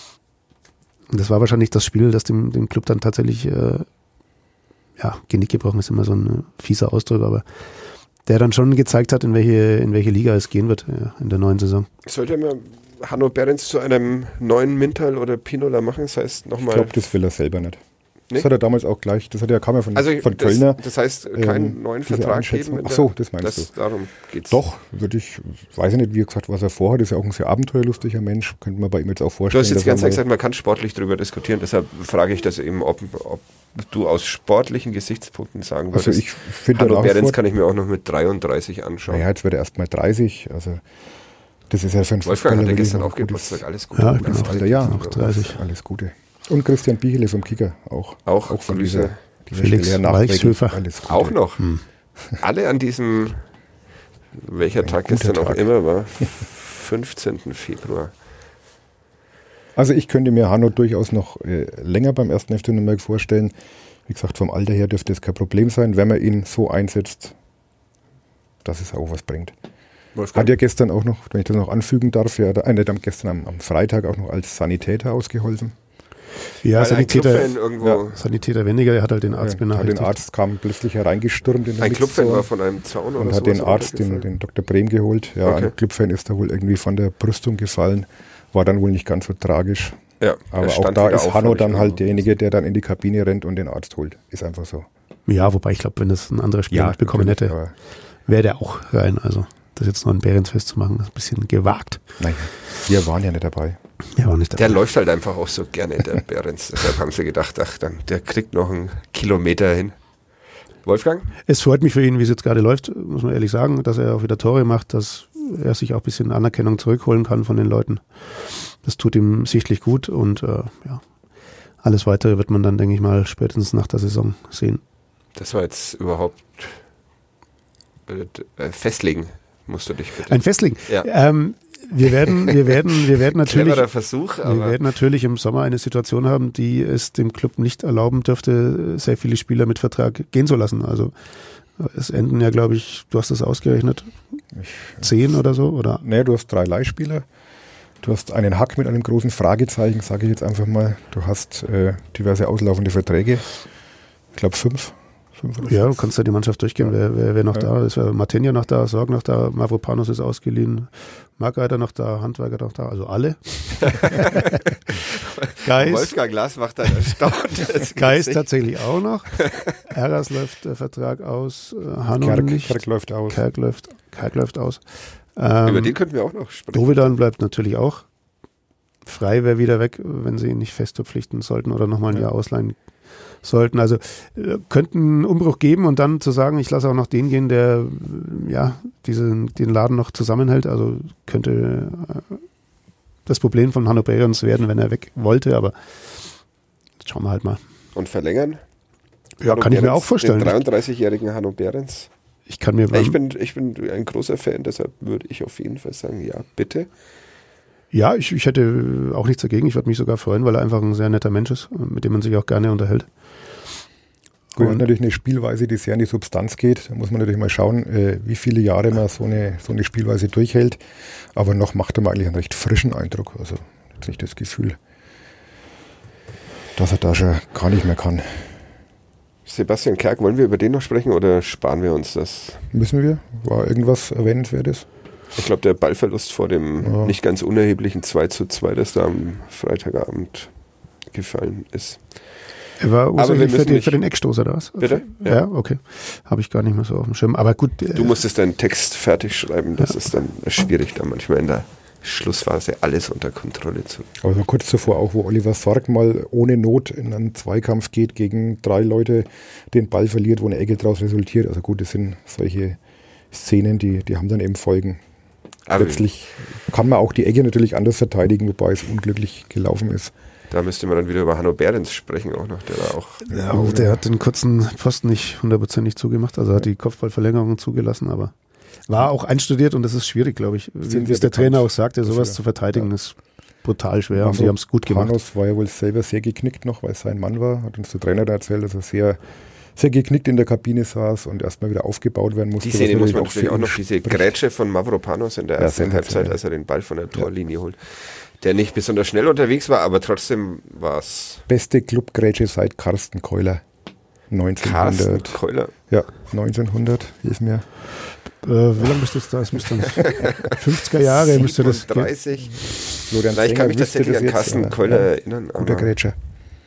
S2: das war wahrscheinlich das Spiel, das dem, dem Club dann tatsächlich äh, ja, Genick gebrochen ist, immer so ein fieser Ausdruck, aber der dann schon gezeigt hat, in welche, in welche Liga es gehen wird ja, in der neuen Saison.
S1: Sollte man Hanno Behrens zu einem neuen Mintal oder Pinola machen? Das heißt nochmal.
S3: Ich glaube, das will er selber nicht. Das
S1: Nee?
S3: hat er damals auch gleich, das hat er, kam ja von,
S1: Also
S3: von
S1: das,
S3: Kölner.
S1: das heißt, keinen
S3: ähm,
S1: neuen
S3: diese
S1: Vertrag
S3: Einschätzung.
S1: geben? in
S3: Ach so,
S1: der-
S3: das meinst
S1: das,
S3: du.
S1: Darum geht's.
S3: Doch, würde ich, weiß ich nicht, wie gesagt, was er vorhat, ist ja auch ein sehr abenteuerlustiger Mensch, könnte man bei ihm jetzt auch
S1: Du
S3: vorstellen.
S1: hast jetzt
S3: dass er
S1: ganz
S3: mal-
S1: gesagt, man kann sportlich darüber diskutieren, deshalb frage ich das eben, ob, ob du aus sportlichen Gesichtspunkten sagen würdest.
S3: Also ich finde
S1: Hanno
S3: nach wie
S1: Behrens
S3: vor,
S1: kann ich mir auch noch mit dreiunddreißig anschauen.
S3: naja, jetzt wird er erst mal dreißig, also das ist ja für einen
S1: Wolfgang hatte
S3: wirklich
S1: gestern
S3: ein
S1: auch
S3: gutes-
S1: Geburtstag, alles Gute.
S2: Ja, ich
S1: Gutes
S2: bin auch-
S3: Alter, ja,
S2: Noch dreißig.
S3: alles Gute. Und Christian Bichele vom Kicker auch.
S1: Auch,
S3: auch von
S1: Grüße.
S3: dieser, dieser
S2: Felix
S3: Stelle her nachträglich.
S2: Walchshöfer.
S3: Alles Gute.
S1: Auch noch. Alle an diesem, welcher Tag
S3: guter
S1: gestern auch
S3: Tag.
S1: immer war, fünfzehnten Februar.
S3: Also ich könnte mir Hanno durchaus noch äh, länger beim ersten F C Nürnberg vorstellen. Wie gesagt, vom Alter her dürfte es kein Problem sein, wenn man ihn so einsetzt, dass es auch was bringt.
S1: Wolfgang?
S3: Hat ja gestern auch noch, wenn ich das noch anfügen darf, ja, äh, nicht am, gestern am, am Freitag auch noch als Sanitäter ausgeholfen.
S2: Ja,
S1: Weil ein
S2: Sanitäter,
S1: Clubfan irgendwo,
S3: Ja.
S2: Sanitäter weniger, er hat halt den Arzt
S3: Ja,
S2: benachrichtigt.
S3: den Arzt kam plötzlich hereingestürmt in der
S1: ein Clubfan
S3: Mixzone
S1: war von einem Zaun oder
S3: und hat
S1: sowas
S3: den Arzt, den,
S1: runtergefallen.
S3: den Doktor Brehm geholt. Ja,
S1: Okay.
S3: ein Clubfan ist da wohl irgendwie von der Brüstung gefallen. War dann wohl nicht ganz so tragisch.
S1: Ja,
S3: Aber
S1: er
S3: auch
S1: stand
S3: da
S1: wieder
S3: ist
S1: auf,
S3: Hanno
S1: hab ich
S3: dann
S1: nur-
S3: halt derjenige, der dann in die Kabine rennt und den Arzt holt. Ist einfach so.
S2: Ja, wobei ich glaube, wenn das ein anderer Spieler mitbekommen
S3: natürlich,
S2: hätte,
S3: aber
S2: wäre der auch rein. Also das jetzt noch ein Behrens festzumachen, ist ein bisschen gewagt.
S3: Nein, wir waren ja nicht dabei.
S2: Ja, war nicht
S1: Der
S2: dabei.
S1: läuft halt einfach auch so gerne, der Behrens. Deshalb haben sie gedacht, ach, dann, der kriegt noch einen Kilometer hin. Wolfgang?
S2: Es freut mich für ihn, wie es jetzt gerade läuft, muss man ehrlich sagen, dass er auch wieder Tore macht, dass er sich auch ein bisschen Anerkennung zurückholen kann von den Leuten. Das tut ihm sichtlich gut und äh, ja, alles Weitere wird man dann, denke ich mal, spätestens nach der Saison sehen.
S1: Das war jetzt überhaupt äh, festlegen, musst du dich bitte.
S2: Ein Festlegen.
S1: Ja.
S2: Ähm, wir werden, wir werden, wir werden natürlich,
S1: Cleverer Versuch,
S2: wir
S1: aber
S2: werden natürlich im Sommer eine Situation haben, die es dem Club nicht erlauben dürfte, sehr viele Spieler mit Vertrag gehen zu lassen. Also es enden ja, glaube ich, du hast das ausgerechnet, zehn oder so, oder?
S3: Nee, du hast drei Leihspieler. Du hast einen Hack mit einem großen Fragezeichen, sage ich jetzt einfach mal. Du hast äh, diverse auslaufende Verträge. Ich glaube fünf. fünf oder
S2: Ja, du
S3: sechs.
S2: kannst ja die Mannschaft durchgehen,
S3: Ja.
S2: wer, wer, wer noch
S3: Ja.
S2: da ist. Martinia noch da, Sorg noch da, Mavropanos ist ausgeliehen, Markreiter noch da, Handwerker noch da, also alle. Geist,
S1: Wolfgang Glas macht ein erstauntes
S2: Geist
S1: Gesicht.
S2: tatsächlich auch noch. Eras läuft der Vertrag aus, äh, Hanno
S3: Kerk,
S2: nicht.
S3: Kerk läuft aus.
S2: Kerk läuft, Kerk läuft aus. Ähm,
S1: Über den könnten wir auch noch sprechen.
S2: Dovedan bleibt natürlich auch. Frei wäre wieder weg, wenn sie ihn nicht fest verpflichten sollten oder nochmal ein
S3: Ja.
S2: Jahr ausleihen sollten. Also äh, könnten einen Umbruch geben und dann zu sagen, ich lasse auch noch den gehen, der äh, ja diesen, den Laden noch zusammenhält. Also könnte äh, das Problem von Hanno Behrens werden, wenn er weg wollte, aber schauen wir halt mal.
S1: Und verlängern?
S2: Ja,
S1: Hanno
S2: kann ich mir
S1: Behrens,
S2: auch vorstellen.
S1: Den dreiunddreißigjährigen Hanno Behrens.
S2: Ich kann mir
S1: Ja,
S2: beim,
S1: ich, bin, ich bin ein großer Fan, deshalb würde ich auf jeden Fall sagen, ja, bitte.
S2: ja, ich, ich hätte auch nichts dagegen. Ich würde mich sogar freuen, weil er einfach ein sehr netter Mensch ist, mit dem man sich auch gerne unterhält.
S3: Gut,
S2: Und-
S3: und natürlich eine Spielweise, die sehr in die Substanz geht. Da muss man natürlich mal schauen, äh, wie viele Jahre man so eine, so eine Spielweise durchhält. Aber noch macht er mal eigentlich einen recht frischen Eindruck. Also jetzt nicht das Gefühl, dass er da schon gar nicht mehr kann.
S1: Sebastian Kerk, wollen wir über den noch sprechen oder sparen wir uns das?
S3: Müssen wir? War irgendwas Erwähnenswertes?
S1: Ich glaube, der Ballverlust vor dem
S3: Ja.
S1: nicht ganz unerheblichen zwei zu zwei, das da am Freitagabend gefallen ist.
S2: Er war
S1: Aber wir
S2: ursächlich für
S1: müssen
S2: den,
S1: nicht-
S2: für den Eckstoß, oder was?
S1: Bitte?
S2: Ja, ja okay. Habe ich gar nicht mehr so auf dem Schirm. Aber gut.
S1: Du
S2: äh,
S1: musstest deinen Text fertig schreiben, das
S2: Ja.
S1: ist dann schwierig, da manchmal in der Schlussphase alles unter Kontrolle zu.
S3: Aber so kurz zuvor auch, wo Oliver Sorg mal ohne Not in einen Zweikampf geht gegen drei Leute, den Ball verliert, wo eine Ecke daraus resultiert. Also gut, das sind solche Szenen, die, die haben dann eben Folgen.
S1: Aber
S3: Letztlich kann man auch die Ecke natürlich anders verteidigen, wobei es unglücklich gelaufen ist.
S1: da müsste man dann wieder über Hanno Behrens sprechen auch noch, der da auch.
S2: Ja, auch der hat den kurzen Pfosten nicht hundertprozentig zugemacht, also hat die Kopfballverlängerung zugelassen, aber war auch einstudiert und das ist schwierig, glaube ich.
S3: Sind
S2: Wie
S3: wir
S2: es der
S3: bekannt
S2: Trainer auch sagte, sowas
S3: dafür.
S2: zu verteidigen
S3: Ja.
S2: ist brutal schwer und die haben es gut gemacht.
S3: Panos war ja wohl selber sehr geknickt noch, weil es sein Mann war. Hat uns der Trainer da erzählt, dass er sehr, sehr geknickt in der Kabine saß und erstmal wieder aufgebaut werden musste.
S1: Die Szene
S3: was
S1: muss man
S3: für
S1: natürlich auch
S3: ihn
S1: noch, diese
S3: spricht.
S1: Grätsche von Mavropanos in der
S3: Ja,
S1: ersten
S3: sensationell.
S1: Halbzeit, als er den Ball von der Torlinie holt, der nicht besonders schnell unterwegs war, aber trotzdem war es
S3: Beste Clubgrätsche seit Carsten Keuler.
S1: Carsten
S3: neunzehnhundert.
S1: Keuler.
S3: Ja, neunzehnhundert, hier ist mir.
S2: Äh, wie lange bist du jetzt da? Es müsste fünfziger Jahre müsste das.
S1: dreißig.
S3: Florian
S1: Na, ich kann mich
S3: Zenger wüsste
S1: tatsächlich
S3: das
S1: an
S3: jetzt,
S1: Carsten
S3: ja.
S1: Keuler
S3: Ja,
S1: erinnern,
S3: Guter
S1: aber
S3: Grätscher.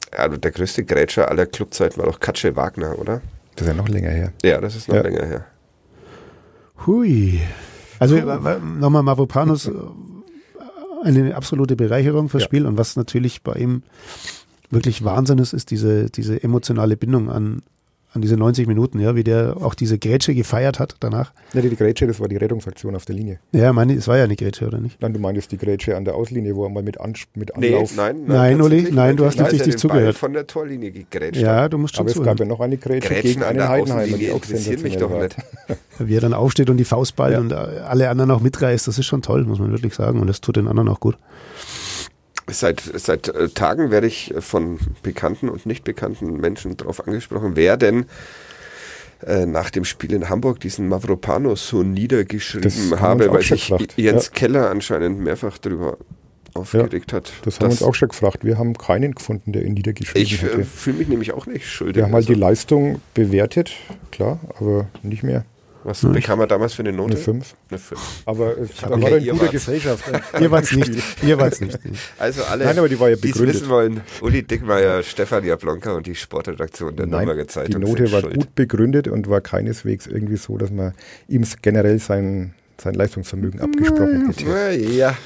S1: Ja, der größte Grätscher aller Clubzeiten war doch Katje Wagner, oder?
S3: Das ist ja noch länger her.
S1: Ja, das ist noch
S3: ja.
S1: länger her.
S2: Hui. Also nochmal Mavropanos, eine absolute Bereicherung fürs
S3: ja.
S2: Spiel und was natürlich bei ihm wirklich Wahnsinn ist, ist diese, diese emotionale Bindung an, an diese neunzig Minuten, ja, wie der auch diese Grätsche gefeiert hat danach.
S3: Ja, die Grätsche, das war die Rettungsaktion auf der Linie.
S2: Ja, meine, es war ja eine Grätsche, oder nicht?
S3: Nein, du meinst die Grätsche an der Auslinie, wo er mal mit, An mit
S1: Nee,
S3: Anlauf...
S1: nein,
S2: Nein, Uli, nein, du hast nicht
S1: Nein,
S2: richtig
S1: den Ball
S2: zugehört.
S1: von der Torlinie gegrätscht.
S2: Ja, du musst schon
S3: Aber es
S2: zuhören.
S3: gab ja noch eine Grätsche
S1: Grätschen
S3: gegen
S1: an
S3: einen
S1: der
S3: Heidenheimer,
S1: Außenlinie
S3: die auch
S1: interessieren mich
S3: sensationell
S1: doch
S3: war.
S1: nicht.
S2: Wie er dann aufsteht und die Faustball
S3: Ja.
S2: und alle anderen auch mitreißt, das ist schon toll, muss man wirklich sagen. Und das tut den anderen auch gut.
S1: Seit, seit äh, Tagen werde ich von bekannten und nicht bekannten Menschen darauf angesprochen, wer denn äh, nach dem Spiel in Hamburg diesen Mavropanos so niedergeschrieben
S3: Das haben wir
S1: habe,
S3: uns auch
S1: weil
S3: schon
S1: sich
S3: gefragt.
S1: Jens
S3: Ja.
S1: Keller anscheinend mehrfach darüber aufgeregt hat.
S3: Das haben wir uns auch schon gefragt. Wir haben keinen gefunden, der ihn niedergeschrieben
S1: Ich äh,
S3: hätte.
S1: fühle mich nämlich auch nicht schuldig.
S3: Wir haben halt die
S1: Also,
S3: Leistung bewertet, klar, aber nicht mehr.
S1: was bekam er damals für eine Note?
S3: Eine fünf.
S1: Eine fünf.
S3: Aber es
S1: hab
S3: da war
S1: okay,
S3: er in
S1: ihr
S3: guter
S1: wart's.
S3: Gesellschaft.
S2: Ihr wart's nicht. Ihr wart's nicht.
S1: Also alle,
S3: Nein, aber die war ja
S1: die es
S3: begründet.
S1: wissen wollen, Uli Dickmeyer, Stefan Jablonka und die Sportredaktion der
S3: Nein,
S1: Nürnberger
S3: die
S1: Zeitung
S3: Note
S1: sind
S3: war
S1: schuld.
S3: gut begründet und war keineswegs irgendwie so, dass man ihm generell sein, sein Leistungsvermögen abgesprochen hätte.
S1: Na ja.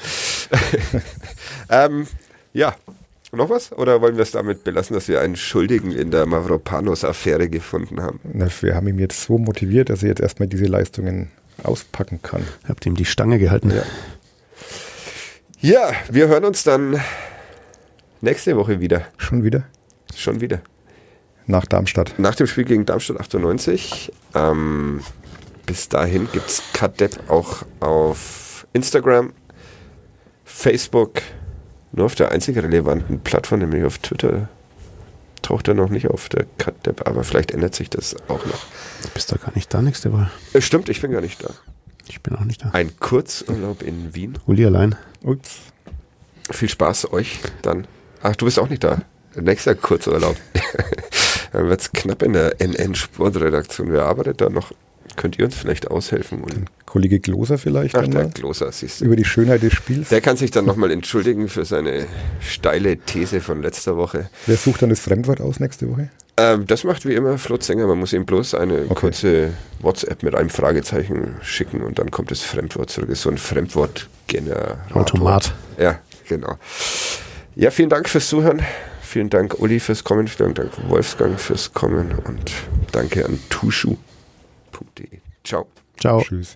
S1: ähm, ja. Noch was? Oder wollen wir es damit belassen, dass wir einen Schuldigen in der Mavropanos-Affäre gefunden haben?
S3: Na, wir haben ihn jetzt so motiviert, dass er jetzt erstmal diese Leistungen auspacken kann.
S2: Habt ihm die Stange gehalten.
S3: Ja.
S1: Ja, wir hören uns dann nächste Woche wieder.
S3: Schon wieder?
S1: Schon wieder.
S3: Nach Darmstadt.
S1: Nach dem Spiel gegen Darmstadt achtundneunzig. Ähm, bis dahin gibt es Kadepp auch auf Instagram, Facebook, nur auf der einzig relevanten Plattform, nämlich auf Twitter, taucht er noch nicht auf, der Kadepp, aber vielleicht ändert sich das auch noch.
S2: Du bist doch gar nicht da nächste Woche.
S1: Äh, stimmt, ich bin gar nicht da.
S2: Ich bin auch nicht da.
S1: Ein Kurzurlaub in Wien.
S2: Uli allein.
S3: Ups.
S1: Viel Spaß euch dann. Ach, du bist auch nicht da. Nächster Kurzurlaub. Dann wird es knapp in der N N-Sportredaktion. Wer arbeitet da noch? Könnt ihr uns vielleicht aushelfen? Und
S3: Kollege Gloser vielleicht
S1: Ach,
S3: dann
S1: der
S3: mal,
S1: Gloser, siehst du.
S3: über die Schönheit des Spiels.
S1: Der kann sich dann nochmal entschuldigen für seine steile These von letzter Woche.
S3: Wer sucht dann das Fremdwort aus nächste Woche?
S1: Ähm, das macht wie immer Flo Zenger. Man muss ihm bloß eine
S3: Okay.
S1: kurze WhatsApp mit einem Fragezeichen schicken und dann kommt das Fremdwort zurück. Das ist so ein Fremdwortgenerator.
S2: Automat.
S1: Ja, genau. Ja, vielen Dank fürs Zuhören. Vielen Dank, Uli, fürs Kommen. Vielen Dank, Wolfgang, fürs Kommen. Und danke an tushu punkt de. Ciao.
S2: Ciao.
S3: Tschüss.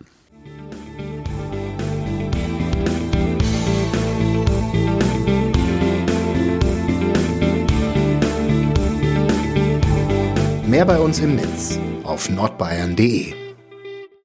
S4: Mehr bei uns im Netz auf nordbayern punkt de.